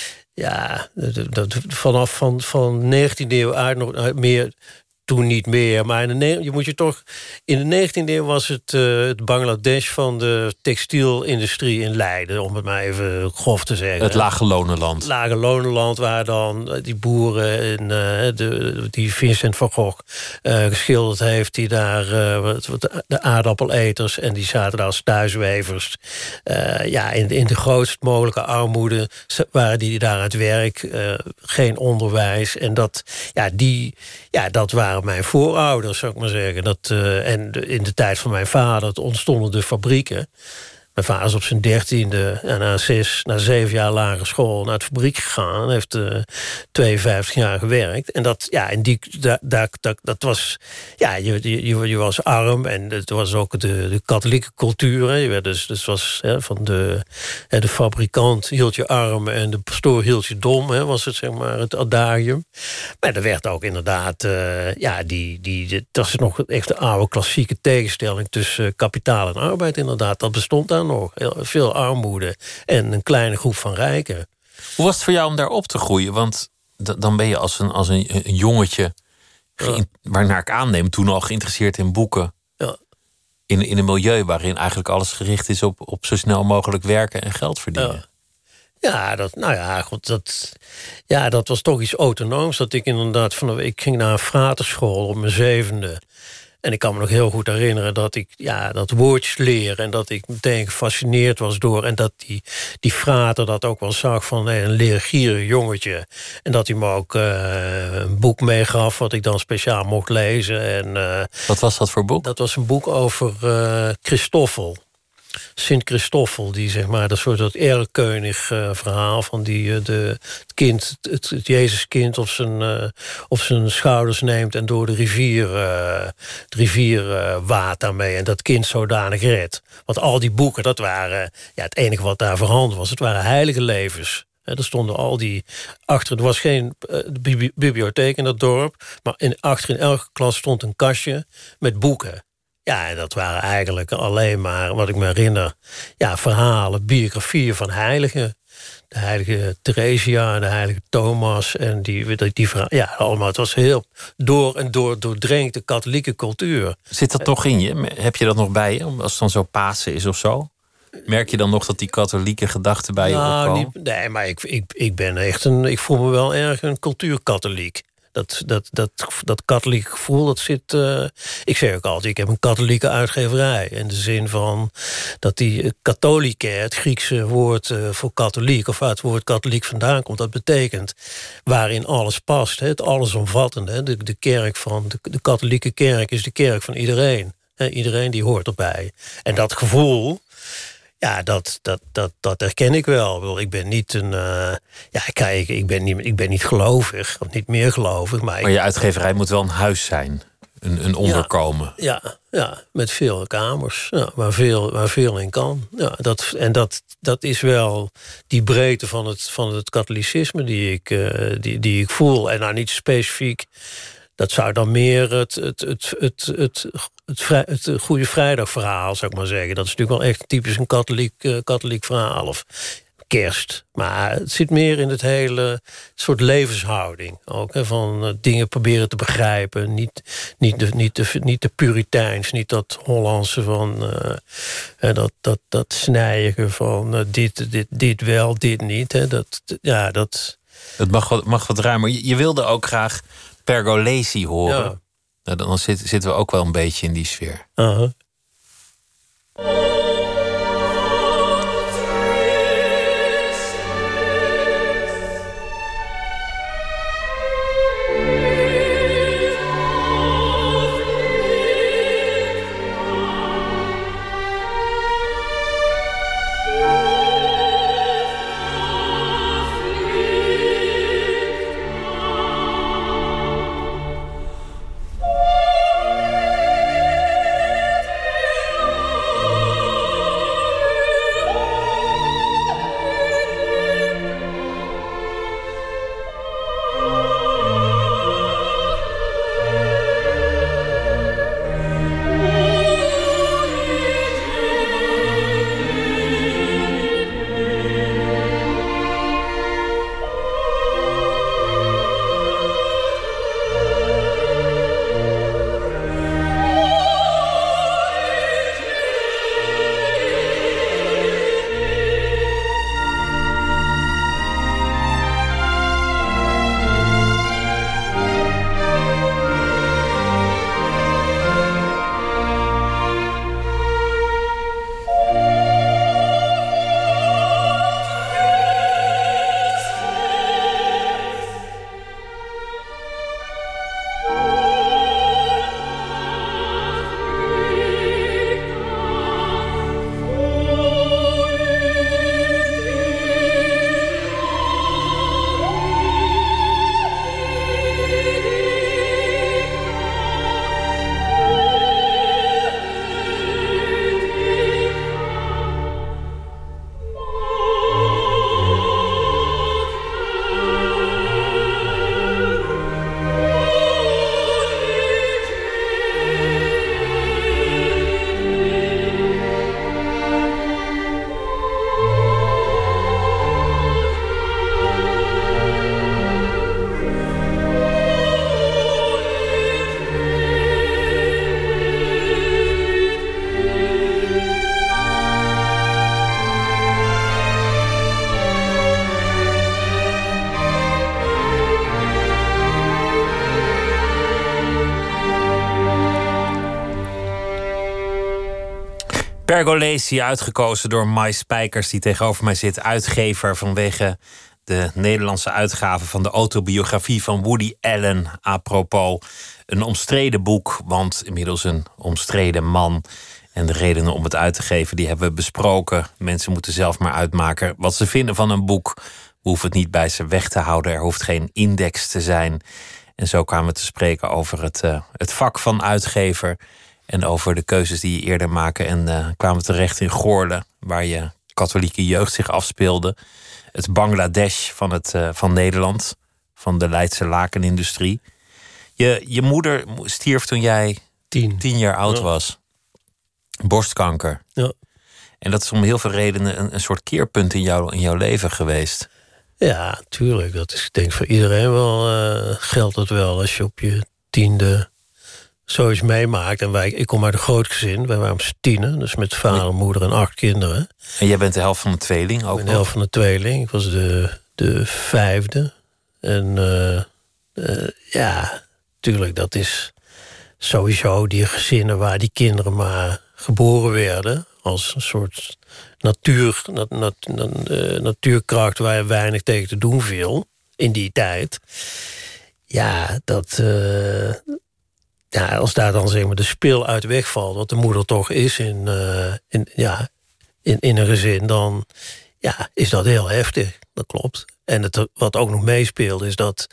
Ja, dat, vanaf van, van negentiende eeuw uit nog meer, toen niet meer. Maar in de, je moet je toch, in de negentiende eeuw was het, uh, het Bangladesh van de textielindustrie in Leiden, om het maar even grof te zeggen. Het lage lonenland. Het lage lonenland, waar dan die boeren en uh, de, die Vincent van Gogh uh, geschilderd heeft, die daar uh, wat, wat, de aardappeleters, en die zaten daar als thuiswevers. Uh, ja, in, in de grootst mogelijke armoede waren die daar aan het werk, uh, geen onderwijs. En dat, ja, die, ja, dat waren mijn voorouders, zou ik maar zeggen. Dat, uh, en de, in de tijd van mijn vader ontstonden de fabrieken. Mijn vader is op zijn dertiende, en na zes, na zeven jaar lagere school naar de fabriek gegaan. Heeft uh, tweeënvijftig jaar gewerkt. En dat, ja, en die, da, da, da, dat was, ja, je, je, je was arm. En het was ook de, de katholieke cultuur. Hè. Je werd dus, dus was hè, van de, hè, de fabrikant hield je arm en de pastoor hield je dom. Hè, was het, zeg maar, het adagium. Maar er werd ook inderdaad, uh, ja, die, die, dat is nog echt de oude klassieke tegenstelling tussen kapitaal en arbeid, inderdaad. Dat bestond daar nog. Heel veel armoede en een kleine groep van rijken. Hoe was het voor jou om daar op te groeien? Want d- dan ben je als een, als een, een jongetje, ja. waarnaar ik aanneem, toen al geïnteresseerd in boeken. Ja. In, in een milieu waarin eigenlijk alles gericht is op, op zo snel mogelijk werken en geld verdienen. Ja. Ja, dat, nou ja, goed, dat, ja, dat was toch iets autonooms. Dat ik inderdaad van, ik ging naar een fraterschool op mijn zevende. En ik kan me nog heel goed herinneren dat ik ja, dat woordjes leer... en dat ik meteen gefascineerd was door... en dat die, die frater dat ook wel zag van hey, een leergierig jongetje. En dat hij me ook uh, een boek meegaf wat ik dan speciaal mocht lezen. En, uh, wat was dat voor boek? Dat was een boek over uh, Christoffel. Sint Christoffel, die zeg maar dat soort dat Erlkönig uh, verhaal van die uh, de het kind, het, het Jezuskind op zijn uh, op zijn schouders neemt en door de rivier, uh, de rivier uh, waadt daarmee en dat kind zodanig redt. Want al die boeken, dat waren ja het enige wat daar voorhanden was. Het waren heilige levens. He, er stonden al die achter. Er was geen uh, bibliotheek in dat dorp, maar in, achter in elke klas stond een kastje met boeken. Ja, en dat waren eigenlijk alleen maar, wat ik me herinner, ja, verhalen, biografieën van heiligen. de heilige Theresia en de heilige Thomas. En die, die, die ja, allemaal. Het was heel door en door doordrenkt de katholieke cultuur. Zit dat toch in je? Heb je dat nog bij je? Als het dan zo Pasen is of zo? Merk je dan nog dat die katholieke gedachten bij je nou, opkomen? Niet, nee, maar ik, ik, ik ben echt een... Ik voel me wel erg een cultuurkatholiek. Dat, dat, dat, dat katholieke gevoel, dat zit... Uh, ik zeg ook altijd, ik heb een katholieke uitgeverij. In de zin van dat die katholieke, het Griekse woord uh, voor katholiek... of waar het woord katholiek vandaan komt, dat betekent waarin alles past. Hè, het allesomvattende. Hè, de, de kerk van de, de katholieke kerk is de kerk van iedereen. Hè, iedereen die hoort erbij. En dat gevoel... Ja, dat, dat, dat, dat herken ik wel. Ik ben niet een... Uh, ja, kijk, ik ben niet, ik ben niet gelovig. Of niet meer gelovig. Maar, maar je ik, uitgeverij moet wel een huis zijn. Een, een onderkomen. Ja, ja, ja, met veel kamers. Ja, waar, veel, waar veel in kan. Ja, dat, en dat, dat is wel die breedte van het, van het katholicisme die ik, uh, die, die ik voel. En nou niet specifiek... Dat zou dan meer het, het, het, het, het, het, vrij, het Goede Vrijdag verhaal, zou ik maar zeggen. Dat is natuurlijk wel echt typisch een katholiek, uh, katholiek verhaal. Of kerst. Maar het zit meer in het hele soort levenshouding. Ook, hè, van uh, dingen proberen te begrijpen. Niet, niet, de, niet, de, niet de puriteins, niet dat Hollandse van... Uh, dat, dat, dat snijige van uh, dit, dit, dit wel, dit niet. Hè. Dat, ja, dat... Het mag wat, mag wat ruimer. Je, je wilde ook graag... Pergolesi horen. Ja. Nou, dan zit, zitten we ook wel een beetje in die sfeer. Uh-huh. Pergolesi, uitgekozen door Mai Spijkers, die tegenover mij zit, uitgever vanwege de Nederlandse uitgave van de autobiografie van Woody Allen. Apropos, een omstreden boek, want inmiddels een omstreden man. En de redenen om het uit te geven, die hebben we besproken. Mensen moeten zelf maar uitmaken wat ze vinden van een boek. We hoeven het niet bij ze weg te houden, er hoeft geen index te zijn. En zo kwamen we te spreken over het, uh, het vak van uitgever en over de keuzes die je eerder maakte. En uh, kwamen we terecht in Goorlen, waar je katholieke jeugd zich afspeelde. Het Bangladesh van, het, uh, van Nederland, van de Leidse lakenindustrie. Je, je moeder stierf toen jij tien, tien jaar oud ja. was. Borstkanker. Ja. En dat is om heel veel redenen een, een soort keerpunt in, jou, in jouw leven geweest. Ja, tuurlijk. Dat is, ik denk voor iedereen wel, uh, geldt dat wel. Als je op je tiende zoiets meemaakt. En wij, ik kom uit een groot gezin. Wij waren met z'n tienen. Dus met vader, moeder en acht kinderen. En jij bent de helft van de tweeling ook? Ik ben de helft van de tweeling. Ik was de, de vijfde. En uh, uh, ja, tuurlijk, dat is sowieso die gezinnen waar die kinderen maar geboren werden. Als een soort natuur, nat, nat, nat, uh, natuurkracht waar weinig tegen te doen viel in die tijd. Ja, dat... Uh, ja, als daar dan zeg maar de spil uit wegvalt, wat de moeder toch is in, uh, in, ja, in, in een gezin, dan ja, is dat heel heftig. Dat klopt. En het, wat ook nog meespeelt is dat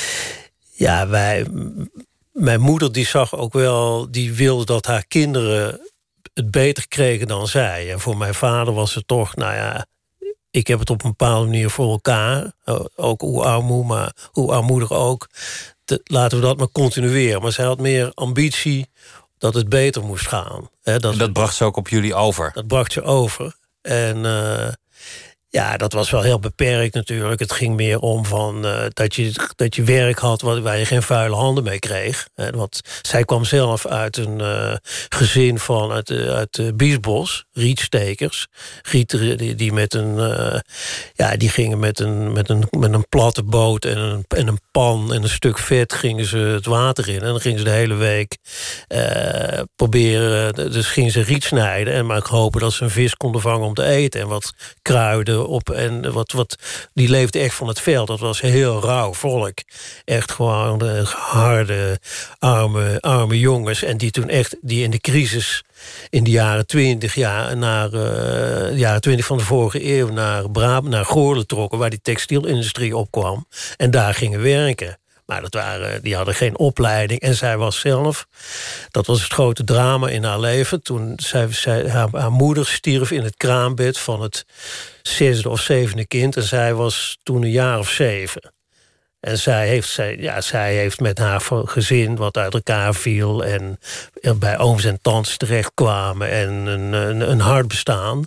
ja, wij... Mijn moeder die zag ook wel, die wilde dat haar kinderen het beter kregen dan zij. En voor mijn vader was het toch, nou ja, ik heb het op een bepaalde manier voor elkaar. Ook hoe armoe, maar hoe armoedig ook. Te, laten we dat maar continueren. Maar zij had meer ambitie dat het beter moest gaan. He, dat en dat bracht ze ook op jullie over? Dat bracht ze over. En uh, ja, dat was wel heel beperkt natuurlijk. Het ging meer om van, uh, dat, je, dat je werk had waar je geen vuile handen mee kreeg. En wat, zij kwam zelf uit een uh, gezin van uit, uh, uit uh, Biesbos, rietstekers. Rieteren die, die met een uh, ja, die gingen met een, met een, met een platte boot en een, en een pan en een stuk vet gingen ze het water in. En dan gingen ze de hele week uh, proberen, dus gingen ze riet snijden en maar hopen dat ze een vis konden vangen om te eten. En wat kruiden op en wat, wat, die leefde echt van het veld. Dat was heel rauw volk. Echt gewoon de harde, arme, arme jongens. En die toen echt, die in de crisis in de jaren twintig, ja, naar uh, de jaren twintig van de vorige eeuw naar Brabant, naar Goorlen trokken, waar die textielindustrie opkwam. En daar gingen werken. Maar dat waren, die hadden geen opleiding. En zij was zelf, dat was het grote drama in haar leven. Toen zij, zij, haar, haar moeder stierf in het kraambed van het zesde of zevende kind. En zij was toen een jaar of zeven. En zij heeft, zij, ja, zij heeft met haar gezin wat uit elkaar viel en bij ooms en tantes terechtkwamen en een, een, een hard bestaan.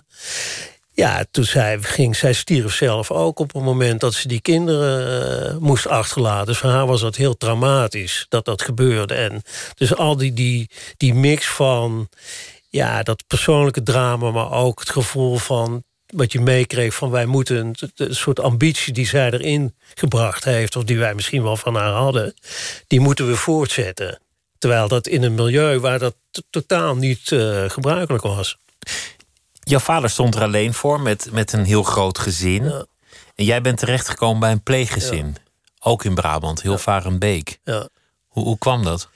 Ja, toen zij ging, zij stierf zelf ook op het moment dat ze die kinderen uh, moest achterlaten. Dus voor haar was dat heel traumatisch dat dat gebeurde. En dus al die, die, die mix van ja, dat persoonlijke drama, maar ook het gevoel van wat je meekreeg van wij moeten een, een soort ambitie die zij erin gebracht heeft, of die wij misschien wel van haar hadden, die moeten we voortzetten. Terwijl dat in een milieu waar dat t- totaal niet uh, gebruikelijk was. Jouw vader stond er alleen voor met, met een heel groot gezin. Ja. En jij bent terechtgekomen bij een pleeggezin. Ja. Ook in Brabant, Hilvarenbeek. Ja. Hoe, hoe kwam dat?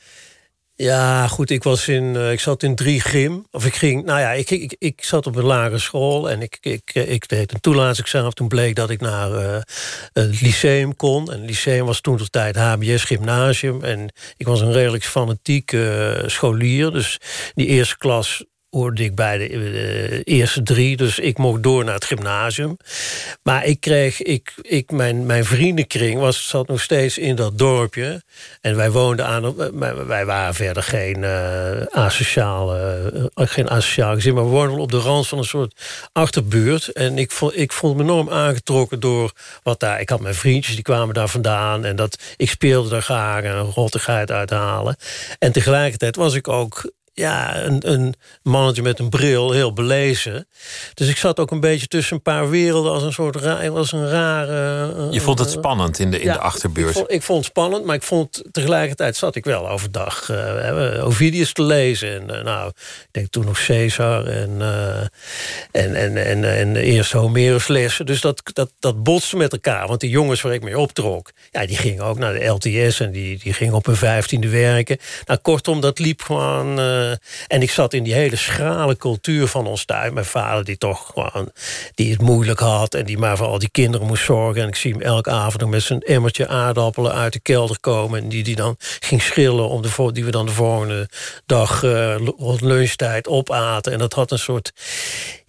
Ja, goed, ik was in, uh, ik zat in drie gym. Of ik ging, nou ja, ik, ik, ik zat op een lagere school en ik, ik, ik deed een toelatingsexamen. Toen bleek dat ik naar uh, het lyceum kon. En het lyceum was toen tot tijd H B S gymnasium. En ik was een redelijk fanatiek uh, scholier. Dus die eerste klas hoorde ik bij de, de eerste drie. Dus ik mocht door naar het gymnasium. Maar ik kreeg, ik, ik, mijn, mijn vriendenkring was, zat nog steeds in dat dorpje. En wij woonden aan, wij waren verder geen uh, asociale, uh, geen asociaal gezin, maar we woonden op de rand van een soort achterbuurt. En ik vond, ik vond me enorm aangetrokken door wat daar. Ik had mijn vriendjes, die kwamen daar vandaan. En dat, ik speelde daar graag en rottigheid uithalen. En tegelijkertijd was ik ook ja, een, een mannetje met een bril, heel belezen. Dus ik zat ook een beetje tussen een paar werelden als een soort ra- was een rare. Uh, Je vond het spannend in de, in ja, de achterbuurt? Ik vond, ik vond het spannend, maar ik vond tegelijkertijd zat ik wel overdag uh, Ovidius te lezen. En uh, nou, ik denk toen nog Caesar en, uh, en, en, en, en de eerste Homerus lessen. Dus dat, dat, dat botste met elkaar. Want die jongens waar ik mee optrok, ja, die gingen ook naar de L T S en die, die gingen op hun vijftiende werken. Nou, kortom, dat liep gewoon. Uh, en ik zat in die hele schrale cultuur van ons thuis. Mijn vader die toch gewoon, die het moeilijk had en die maar voor al die kinderen moest zorgen. En ik zie hem elke avond nog met zijn emmertje aardappelen uit de kelder komen. En die, die dan ging schillen, om de, die we dan de volgende dag uh, rond lunchtijd opaten. En dat had een soort,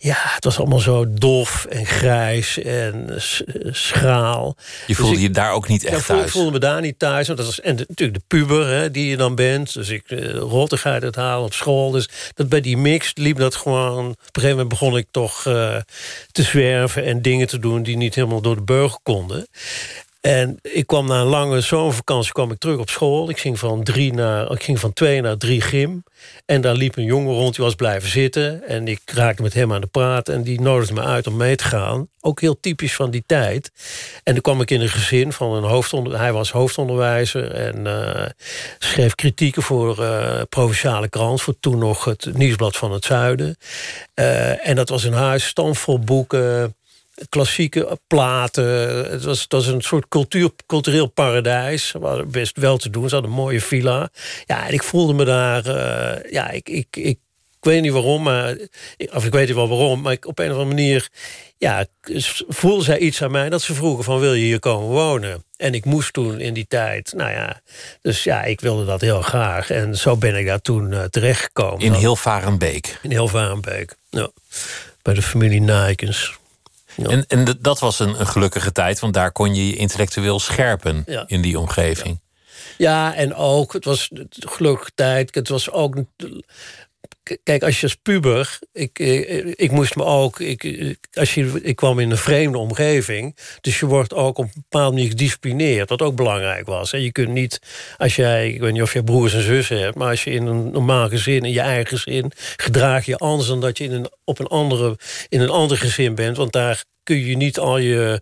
Ja, het was allemaal zo dof en grijs en schraal. Je voelde dus ik, je daar ook niet echt ja, thuis? Ik voelde me daar niet thuis. Want dat was, en de, natuurlijk de puber hè, die je dan bent. Dus ik uh, rottigheid het halen op school. Dus dat, bij die mix liep dat gewoon... Op een gegeven moment begon ik toch uh, te zwerven... en dingen te doen die niet helemaal door de beugel konden. En ik kwam na een lange zomervakantie kwam ik terug op school. Ik ging van, drie naar, ik ging van twee naar drie gym. En daar liep een jongen rond, die was blijven zitten. En ik raakte met hem aan de praat. En die nodigde me uit om mee te gaan. Ook heel typisch van die tijd. En toen kwam ik in een gezin van een hoofdonder... Hij was hoofdonderwijzer en uh, schreef kritieken voor uh, Provinciale Krant... voor toen nog het Nieuwsblad van het Zuiden. Uh, en dat was een huis, stamvol boeken... klassieke platen. Het was, het was een soort cultuur, cultureel paradijs. Ze waren best wel te doen. Ze hadden een mooie villa. Ja, en ik voelde me daar... Uh, ja, ik, ik, ik, ik weet niet waarom, maar... Of ik weet niet wel waarom, maar ik, op een of andere manier... Ja, voelde zij iets aan mij dat ze vroegen van... wil je hier komen wonen? En ik moest toen in die tijd... Nou ja, dus ja, ik wilde dat heel graag. En zo ben ik daar toen uh, terechtgekomen. In Hilvarenbeek? In Hilvarenbeek, ja. Bij de familie Nijkens. Ja. En, en dat was een, een gelukkige tijd, want daar kon je je intellectueel scherpen ja. in die omgeving. Ja. ja, en ook, het was een gelukkige tijd. Het was ook... Kijk, als je als puber... Ik, ik, ik moest me ook... Ik, als je, ik kwam in een vreemde omgeving. Dus je wordt ook op een bepaalde manier gedisciplineerd. Wat ook belangrijk was. En je kunt niet... Als jij... Ik weet niet of je broers en zussen hebt... Maar als je in een normaal gezin... In je eigen gezin... Gedraag je anders dan dat je in een, op een andere, in een ander gezin bent. Want daar... kun je niet al je...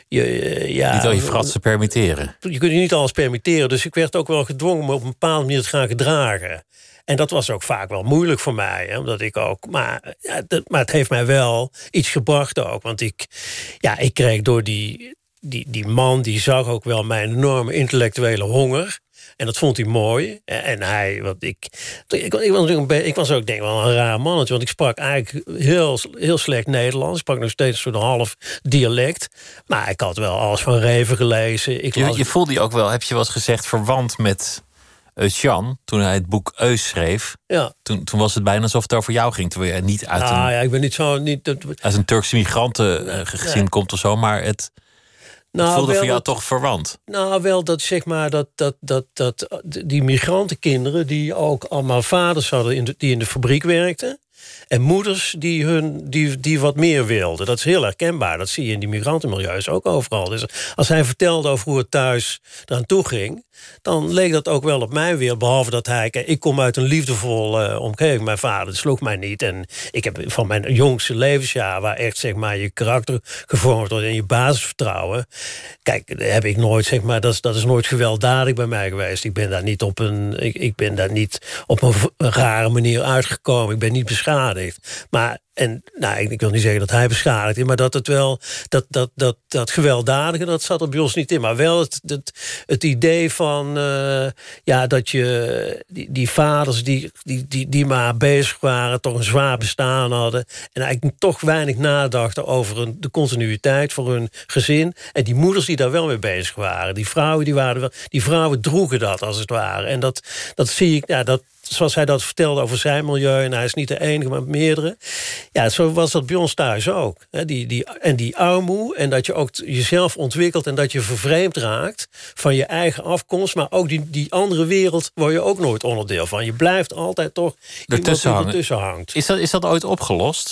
je ja, niet al je fratsen permitteren. Je kunt je niet alles permitteren. Dus ik werd ook wel gedwongen me op een bepaalde manier te gaan gedragen. En dat was ook vaak wel moeilijk voor mij. Hè, omdat ik ook... Maar, ja, dat, maar het heeft mij wel iets gebracht ook. Want ik, ja, ik kreeg door die, die, die man... die zag ook wel mijn enorme intellectuele honger... En dat vond hij mooi. En hij, wat ik, ik, ik, was, ik was ook denk ik wel een raar mannetje. Want ik sprak eigenlijk heel, heel slecht Nederlands. Ik sprak nog steeds zo'n half dialect. Maar ik had wel alles van Reven gelezen. Ik je, las... je voelde je ook wel, heb je wel eens gezegd, verwant met Eus-Jan. Toen hij het boek Eus schreef. Ja. Toen, toen was het bijna alsof het over jou ging. Terwijl je niet uit een, ah, ja, ik ben niet zo, niet, uit een Turkse migrantengezin nee, nee. komt of zo. Maar het... Nou, het voelde voor jou dat, toch verwant? Nou, wel dat zeg maar dat, dat, dat, dat die migrantenkinderen... die ook allemaal vaders hadden in de, die in de fabriek werkten... en moeders die, hun, die, die wat meer wilden. Dat is heel herkenbaar. Dat zie je in die migrantenmilieus ook overal. Dus als hij vertelde over hoe het thuis eraan toe ging... dan leek dat ook wel op mijn wereld. Behalve dat hij... Ik kom uit een liefdevolle uh, omgeving. Mijn vader sloeg mij niet. En ik heb van mijn jongste levensjaar... waar echt zeg maar, je karakter gevormd wordt... en je basisvertrouwen... Kijk, heb ik nooit, zeg maar... dat is, dat is nooit gewelddadig bij mij geweest. Ik ben daar niet op een... Ik, ik ben daar niet op een, een rare manier uitgekomen. Ik ben niet beschadigd. Maar... En nou, ik wil niet zeggen dat hij beschadigd is... maar dat het wel, dat, dat, dat, dat gewelddadige, dat zat er bij ons niet in. Maar wel het, het, het idee van... Uh, ja, dat je die, die vaders die, die, die, die maar bezig waren... toch een zwaar bestaan hadden... en eigenlijk toch weinig nadachten over een, de continuïteit voor hun gezin... en die moeders die daar wel mee bezig waren. Die vrouwen, die waren wel, die vrouwen droegen dat, als het ware. En dat, dat zie ik... Ja, dat, zoals hij dat vertelde over zijn milieu... en hij is niet de enige, maar meerdere... Ja, zo was dat bij ons thuis ook. Die, die, en die armoede, en dat je ook jezelf ontwikkelt... en dat je vervreemd raakt van je eigen afkomst... maar ook die, die andere wereld word je ook nooit onderdeel van. Je blijft altijd toch ertussen iemand die ertussen hangt. Is dat, is dat ooit opgelost?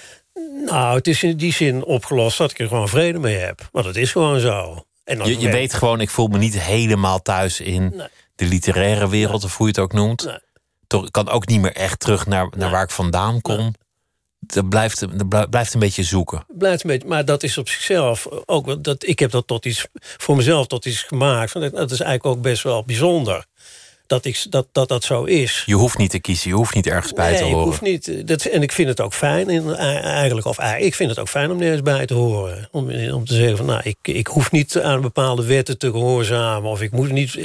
Nou, het is in die zin opgelost dat ik er gewoon vrede mee heb. Want het is gewoon zo. En dan je je weet gewoon, ik voel me niet helemaal thuis in nee. de literaire wereld... Nee. of hoe je het ook noemt. Nee. Toch, ik kan ook niet meer echt terug naar, naar nee. waar ik vandaan kom... Nee. Dat blijft, dat blijft een beetje zoeken. Blijft een beetje, maar dat is op zichzelf ook... Dat, ik heb dat tot iets, voor mezelf tot iets gemaakt. Dat is eigenlijk ook best wel bijzonder. Dat, ik, dat, dat dat zo is. Je hoeft niet te kiezen, je hoeft niet ergens bij nee, te horen. Ik hoef niet, dat, en ik vind het ook fijn, in, eigenlijk, of ik vind het ook fijn om nergens bij te horen. Om, om te zeggen van, nou, ik, ik hoef niet aan bepaalde wetten te gehoorzamen. Of ik moet niet...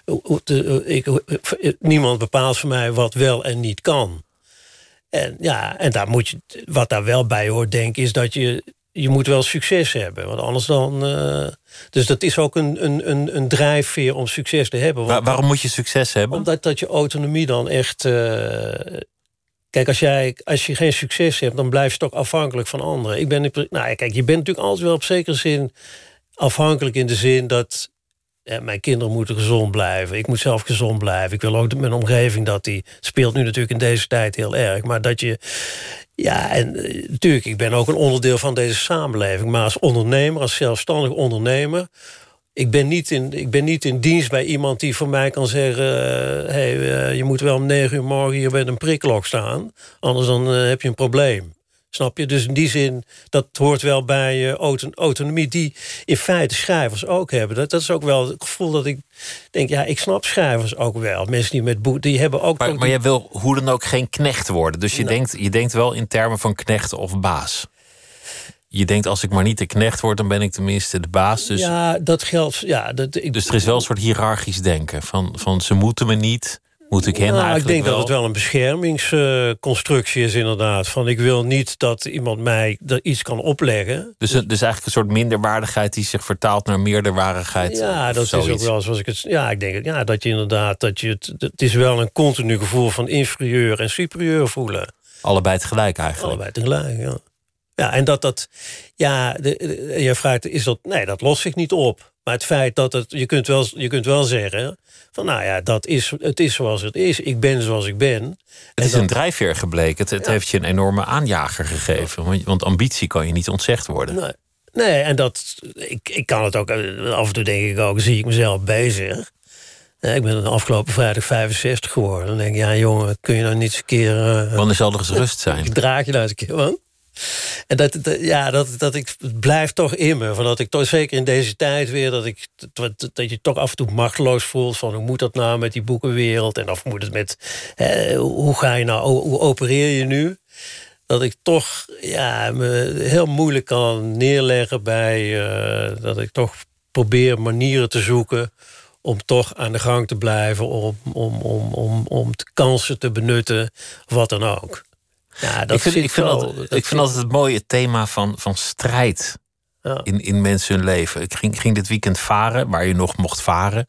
Ik, ik, niemand bepaalt voor mij wat wel en niet kan. En ja, en daar moet je, wat daar wel bij hoort, denk ik, is dat je, je moet wel succes hebben. Want anders dan... Uh, dus dat is ook een, een, een, een drijfveer om succes te hebben. Waar, waarom moet je succes hebben? Omdat dat je autonomie dan echt... Uh, Kijk, als, jij, als je geen succes hebt, dan blijf je toch afhankelijk van anderen. Ik ben, nou, kijk, je bent natuurlijk altijd wel op zekere zin afhankelijk in de zin dat ja, mijn kinderen moeten gezond blijven. Ik moet zelf gezond blijven. Ik wil ook dat mijn omgeving dat die speelt nu natuurlijk in deze tijd heel erg. Maar dat je, ja, en natuurlijk, ik ben ook een onderdeel van deze samenleving. Maar als ondernemer, als zelfstandig ondernemer, Ik ben, niet in, ik ben niet in dienst bij iemand die voor mij kan zeggen, Uh, hey, uh, je moet wel om negen uur morgen hier bij een prikklok staan. Anders dan uh, heb je een probleem. Snap je? Dus in die zin, dat hoort wel bij uh, auton- autonomie die in feite schrijvers ook hebben. Dat, dat is ook wel het gevoel dat ik denk, ja, ik snap schrijvers ook wel. Mensen die met boeken, die hebben ook... Maar, ook maar die... jij wil hoe dan ook geen knecht worden. Dus je, Nou. denkt, je denkt wel in termen van knecht of baas. Je denkt, als ik maar niet de knecht word, dan ben ik tenminste de baas. Dus, Ja, dat geldt... Ja, dat, ik, dus er is wel een soort hiërarchisch denken. Van, van ze moeten me niet, moet ik hen nou, eigenlijk ik denk wel. dat het wel een beschermingsconstructie is inderdaad. Van ik wil niet dat iemand mij er iets kan opleggen. Dus, dus eigenlijk een soort minderwaardigheid die zich vertaalt naar meerderwaardigheid. Ja, of dat zoiets. is ook wel zoals ik het... Ja, ik denk het, ja, dat je inderdaad... Dat je het, het is wel een continu gevoel van inferieur en superieur voelen. Allebei tegelijk eigenlijk. Allebei tegelijk, ja. Ja, en dat dat... Ja, de, de, je vraagt, is dat... Nee, dat lost zich niet op. Maar het feit dat het... Je kunt wel, je kunt wel zeggen van, nou ja, dat is, het is zoals het is. Ik ben zoals ik ben. Het en is dat, een drijfveer gebleken. Het, het Ja. heeft je een enorme aanjager gegeven. Want, want ambitie kan je niet ontzegd worden. Nee, nee, en dat... Ik, ik kan het ook... Af en toe denk ik ook, zie ik mezelf bezig. Ja, ik ben de afgelopen vrijdag vijfenzestig geworden. Dan denk ik, ja jongen, kun je nou niet eens een keer... Uh, Wanneer zal er eens rust zijn? Ik draag je nou eens een keer, man. En dat, dat, ja, dat, dat ik, het blijft toch in me. Van dat ik toch, zeker in deze tijd weer, dat, ik, dat, dat je toch af en toe machteloos voelt. Van hoe moet dat nou met die boekenwereld? En of moet het met, hè, hoe ga je nou, hoe opereer je nu? Dat ik toch ja, me heel moeilijk kan neerleggen bij, uh, dat ik toch probeer manieren te zoeken om toch aan de gang te blijven, om, om, om, om, om de kansen te benutten, wat dan ook. Ja, dat ik vind, zit ik vind, wel, altijd, dat ik vind zit- altijd het mooie thema van, van strijd Ja. in, in mensen hun leven. Ik ging, ging dit weekend varen, waar je nog mocht varen.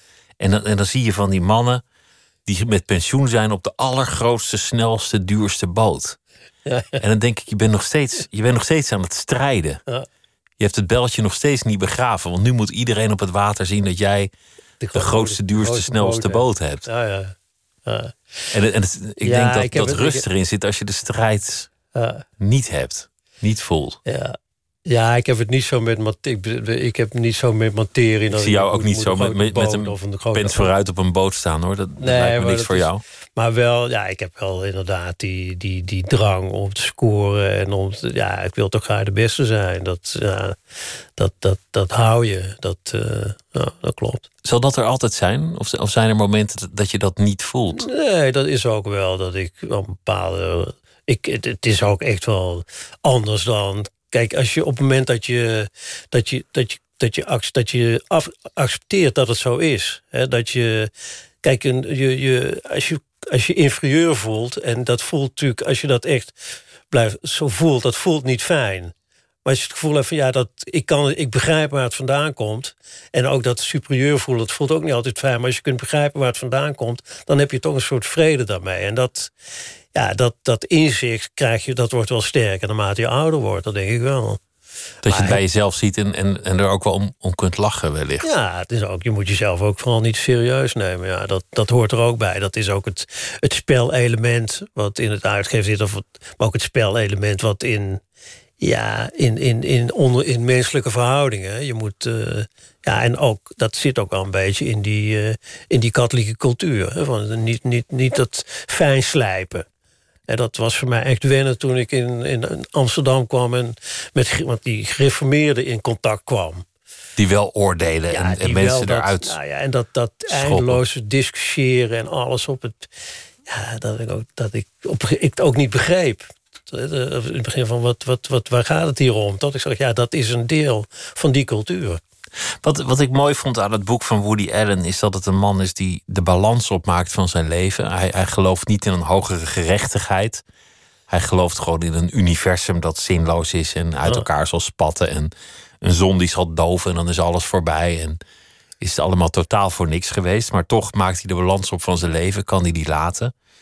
En dan, en dan zie je van die mannen die met pensioen zijn op de allergrootste, snelste, duurste boot. Ja. En dan denk ik, je bent nog steeds, je bent nog steeds aan het strijden. Ja. Je hebt het beltje nog steeds niet begraven. Want nu moet iedereen op het water zien dat jij de grootste, duurste, snelste boot hebt. Ja, ja. Ja. En, en het, ik Ja, denk dat, ik heb dat het- rust ik- erin zit als je de strijd Ja. niet hebt. Niet voelt. Ja. Ja, ik heb het niet zo met mat- ik, ik heb niet zo met materie. Ik zie jou ook niet zo met, met, met een pens vooruit op een boot staan, hoor. Dat, dat Nee, lijkt me maar niks dat voor is- jou. Maar wel, ja, ik heb wel inderdaad die, die, die drang om te scoren. En om te, ja, ik wil toch graag de beste zijn. Dat, ja, dat, dat, dat hou je. Dat, uh, ja, dat klopt. Zal dat er altijd zijn? Of, of zijn er momenten dat- dat je dat niet voelt? Nee, dat is ook wel dat ik wel een bepaalde... Ik, het, het is ook echt wel anders dan... Kijk, als je op het moment dat je... dat je, dat je, dat je, ac- dat je af, accepteert dat het zo is. Hè, dat je... Kijk, een, je, je, als, je, als je inferieur voelt... en dat voelt natuurlijk... als je dat echt blijft zo voelt... dat voelt niet fijn. Maar als je het gevoel hebt van... ja, dat, ik, kan, ik begrijp waar het vandaan komt... en ook dat superieur voelen... dat voelt ook niet altijd fijn... maar als je kunt begrijpen waar het vandaan komt... dan heb je toch een soort vrede daarmee. En dat... Ja, dat, dat inzicht krijg je, dat wordt wel sterker naarmate je ouder wordt, dat denk ik wel. Dat je het Maar- bij jezelf ziet en, en, en er ook wel om, om kunt lachen wellicht. Ja, het is ook, je moet jezelf ook vooral niet serieus nemen. Ja, dat, dat hoort er ook bij. Dat is ook het, het spelelement wat in het uitgeven zit, of het, maar ook het spelelement wat in, ja, in, in, in, onder, in menselijke verhoudingen. Je moet, uh, ja, en ook, dat zit ook wel een beetje in die, uh, in die katholieke cultuur. Hè, van niet, niet, niet dat fijn slijpen. En dat was voor mij echt wennen toen ik in, in Amsterdam kwam en met want die gereformeerden in contact kwam. Die wel oordelen Ja, en, die en mensen wel dat, eruit. Nou ja, en dat, dat schoppen. eindeloze discussiëren en alles op het. Ja, dat ik ook, dat ik, op, ik het ook niet begreep. In het begin van wat, wat, wat, waar gaat het hier om? Dat ik zeg, ja, dat is een deel van die cultuur. Wat, wat ik mooi vond aan het boek van Woody Allen is dat het een man is die de balans opmaakt van zijn leven. Hij, hij gelooft niet in een hogere gerechtigheid. Hij gelooft gewoon in een universum dat zinloos is en uit Ja. elkaar zal spatten. En een zon die zal doven en dan is alles voorbij. En is het allemaal totaal voor niks geweest. Maar toch maakt hij de balans op van zijn leven, kan hij die laten.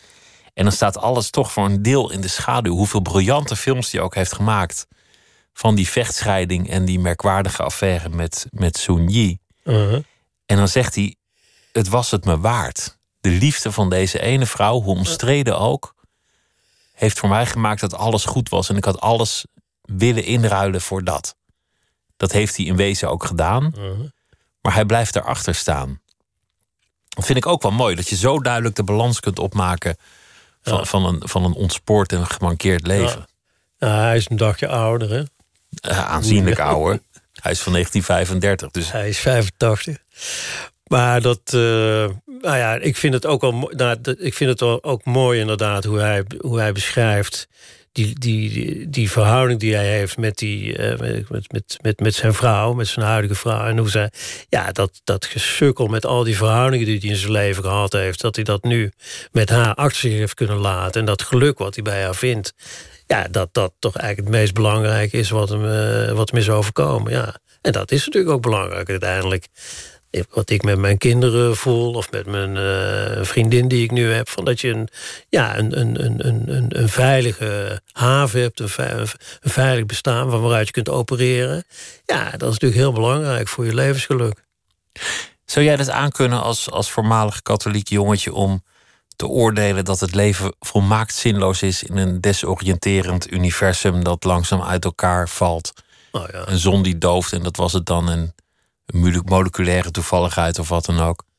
En dan staat alles toch voor een deel in de schaduw. Hoeveel briljante films hij ook heeft gemaakt. Van die vechtscheiding en die merkwaardige affaire met, met Sun Yi. Uh-huh. En dan zegt hij, het was het me waard. De liefde van deze ene vrouw, hoe omstreden ook, heeft voor mij gemaakt dat alles goed was. En ik had alles willen inruilen voor dat. Dat heeft hij in wezen ook gedaan. Uh-huh. Maar hij blijft erachter staan. Dat vind ik ook wel mooi. Dat je zo duidelijk de balans kunt opmaken van, ja. van, een, van een ontspoord en gemankeerd leven. Ja. Ja, hij is een dagje ouder, hè? Uh, aanzienlijk ouder. Hij is van negentien vijfendertig. Dus... Hij is vijfentachtig. Maar dat, uh, nou ja, ik vind het ook wel, nou, ik vind het wel ook mooi inderdaad hoe hij, hoe hij beschrijft die, die, die, die verhouding die hij heeft met, die, uh, met, met, met, met zijn vrouw, met zijn huidige vrouw. En hoe zij, ja, dat, dat gesukkel met al die verhoudingen die hij in zijn leven gehad heeft, dat hij dat nu met haar achter zich heeft kunnen laten. En dat geluk wat hij bij haar vindt, ja, dat dat toch eigenlijk het meest belangrijke is wat hem, uh, wat hem is overkomen. Ja. En dat is natuurlijk ook belangrijk uiteindelijk. Wat ik met mijn kinderen voel, of met mijn uh, vriendin die ik nu heb, van dat je een, ja, een, een, een, een, een veilige haven hebt, een, veilig, een veilig bestaan van waaruit je kunt opereren. Ja, dat is natuurlijk heel belangrijk voor je levensgeluk. Zou jij dat aankunnen als, als voormalig katholiek jongetje om te oordelen dat het leven volmaakt zinloos is in een desoriënterend universum dat langzaam uit elkaar valt? Oh ja. Een zon die dooft en dat was het dan, een moleculaire toevalligheid of wat dan ook?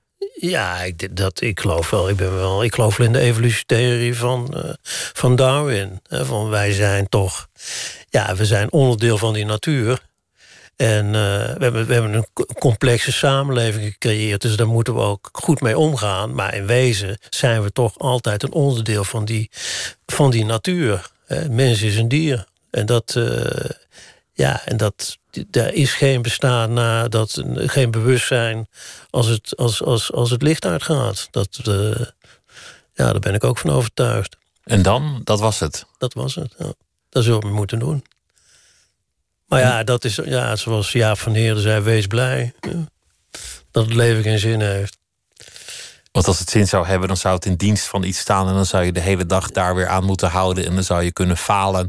Ja, ik, dat, ik geloof wel. Ik, ben wel, ik geloof wel in de evolutietheorie van, uh, van Darwin. Hè, van wij zijn toch, ja, we zijn onderdeel van die natuur. En uh, we, hebben, we hebben een complexe samenleving gecreëerd, dus daar moeten we ook goed mee omgaan. Maar in wezen zijn we toch altijd een onderdeel van die, van die natuur. Hè. Mens is een dier. En dat, uh, ja, en dat, daar is geen bestaan na, dat, geen bewustzijn als het, als, als, als het licht uitgaat. Dat, uh, ja, daar ben ik ook van overtuigd. En dan? Dat was het? Dat was het, ja. Dat zullen we moeten doen. Maar ja, dat is, ja, zoals Jaap van Heerden zei, wees blij. Ja, dat het leven geen zin heeft. Want als het zin zou hebben, dan zou het in dienst van iets staan en dan zou je de hele dag daar weer aan moeten houden en dan zou je kunnen falen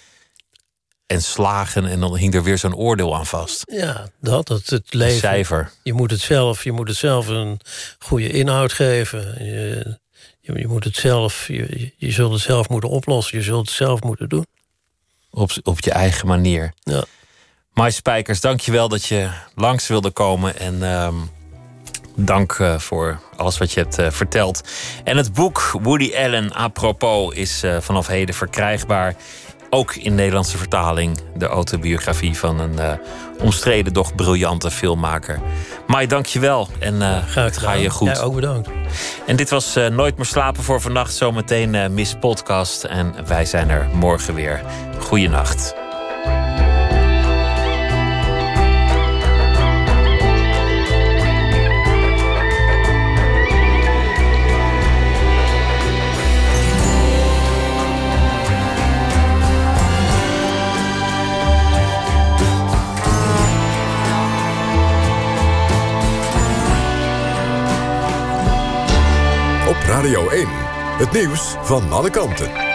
en slagen en dan hing er weer zo'n oordeel aan vast. Ja, dat, het, het leven. Een cijfer. Je moet het zelf, je moet het zelf een goede inhoud geven. Je, je, je moet het zelf, je, je zult het zelf moeten oplossen. Je zult het zelf moeten doen. Op, op je eigen manier. Ja. Mai Spijkers, dank je wel dat je langs wilde komen. En uh, dank uh, voor alles wat je hebt uh, verteld. En het boek Woody Allen apropos is uh, vanaf heden verkrijgbaar. Ook in Nederlandse vertaling. De autobiografie van een uh, omstreden, doch briljante filmmaker. Mai, dank je wel. En uh, het ga je goed. Ja, ook bedankt. En dit was uh, Nooit meer slapen voor vannacht. Zometeen uh, Miss Podcast. En wij zijn er morgen weer. Goeienacht. Radio één. Het nieuws van alle kanten.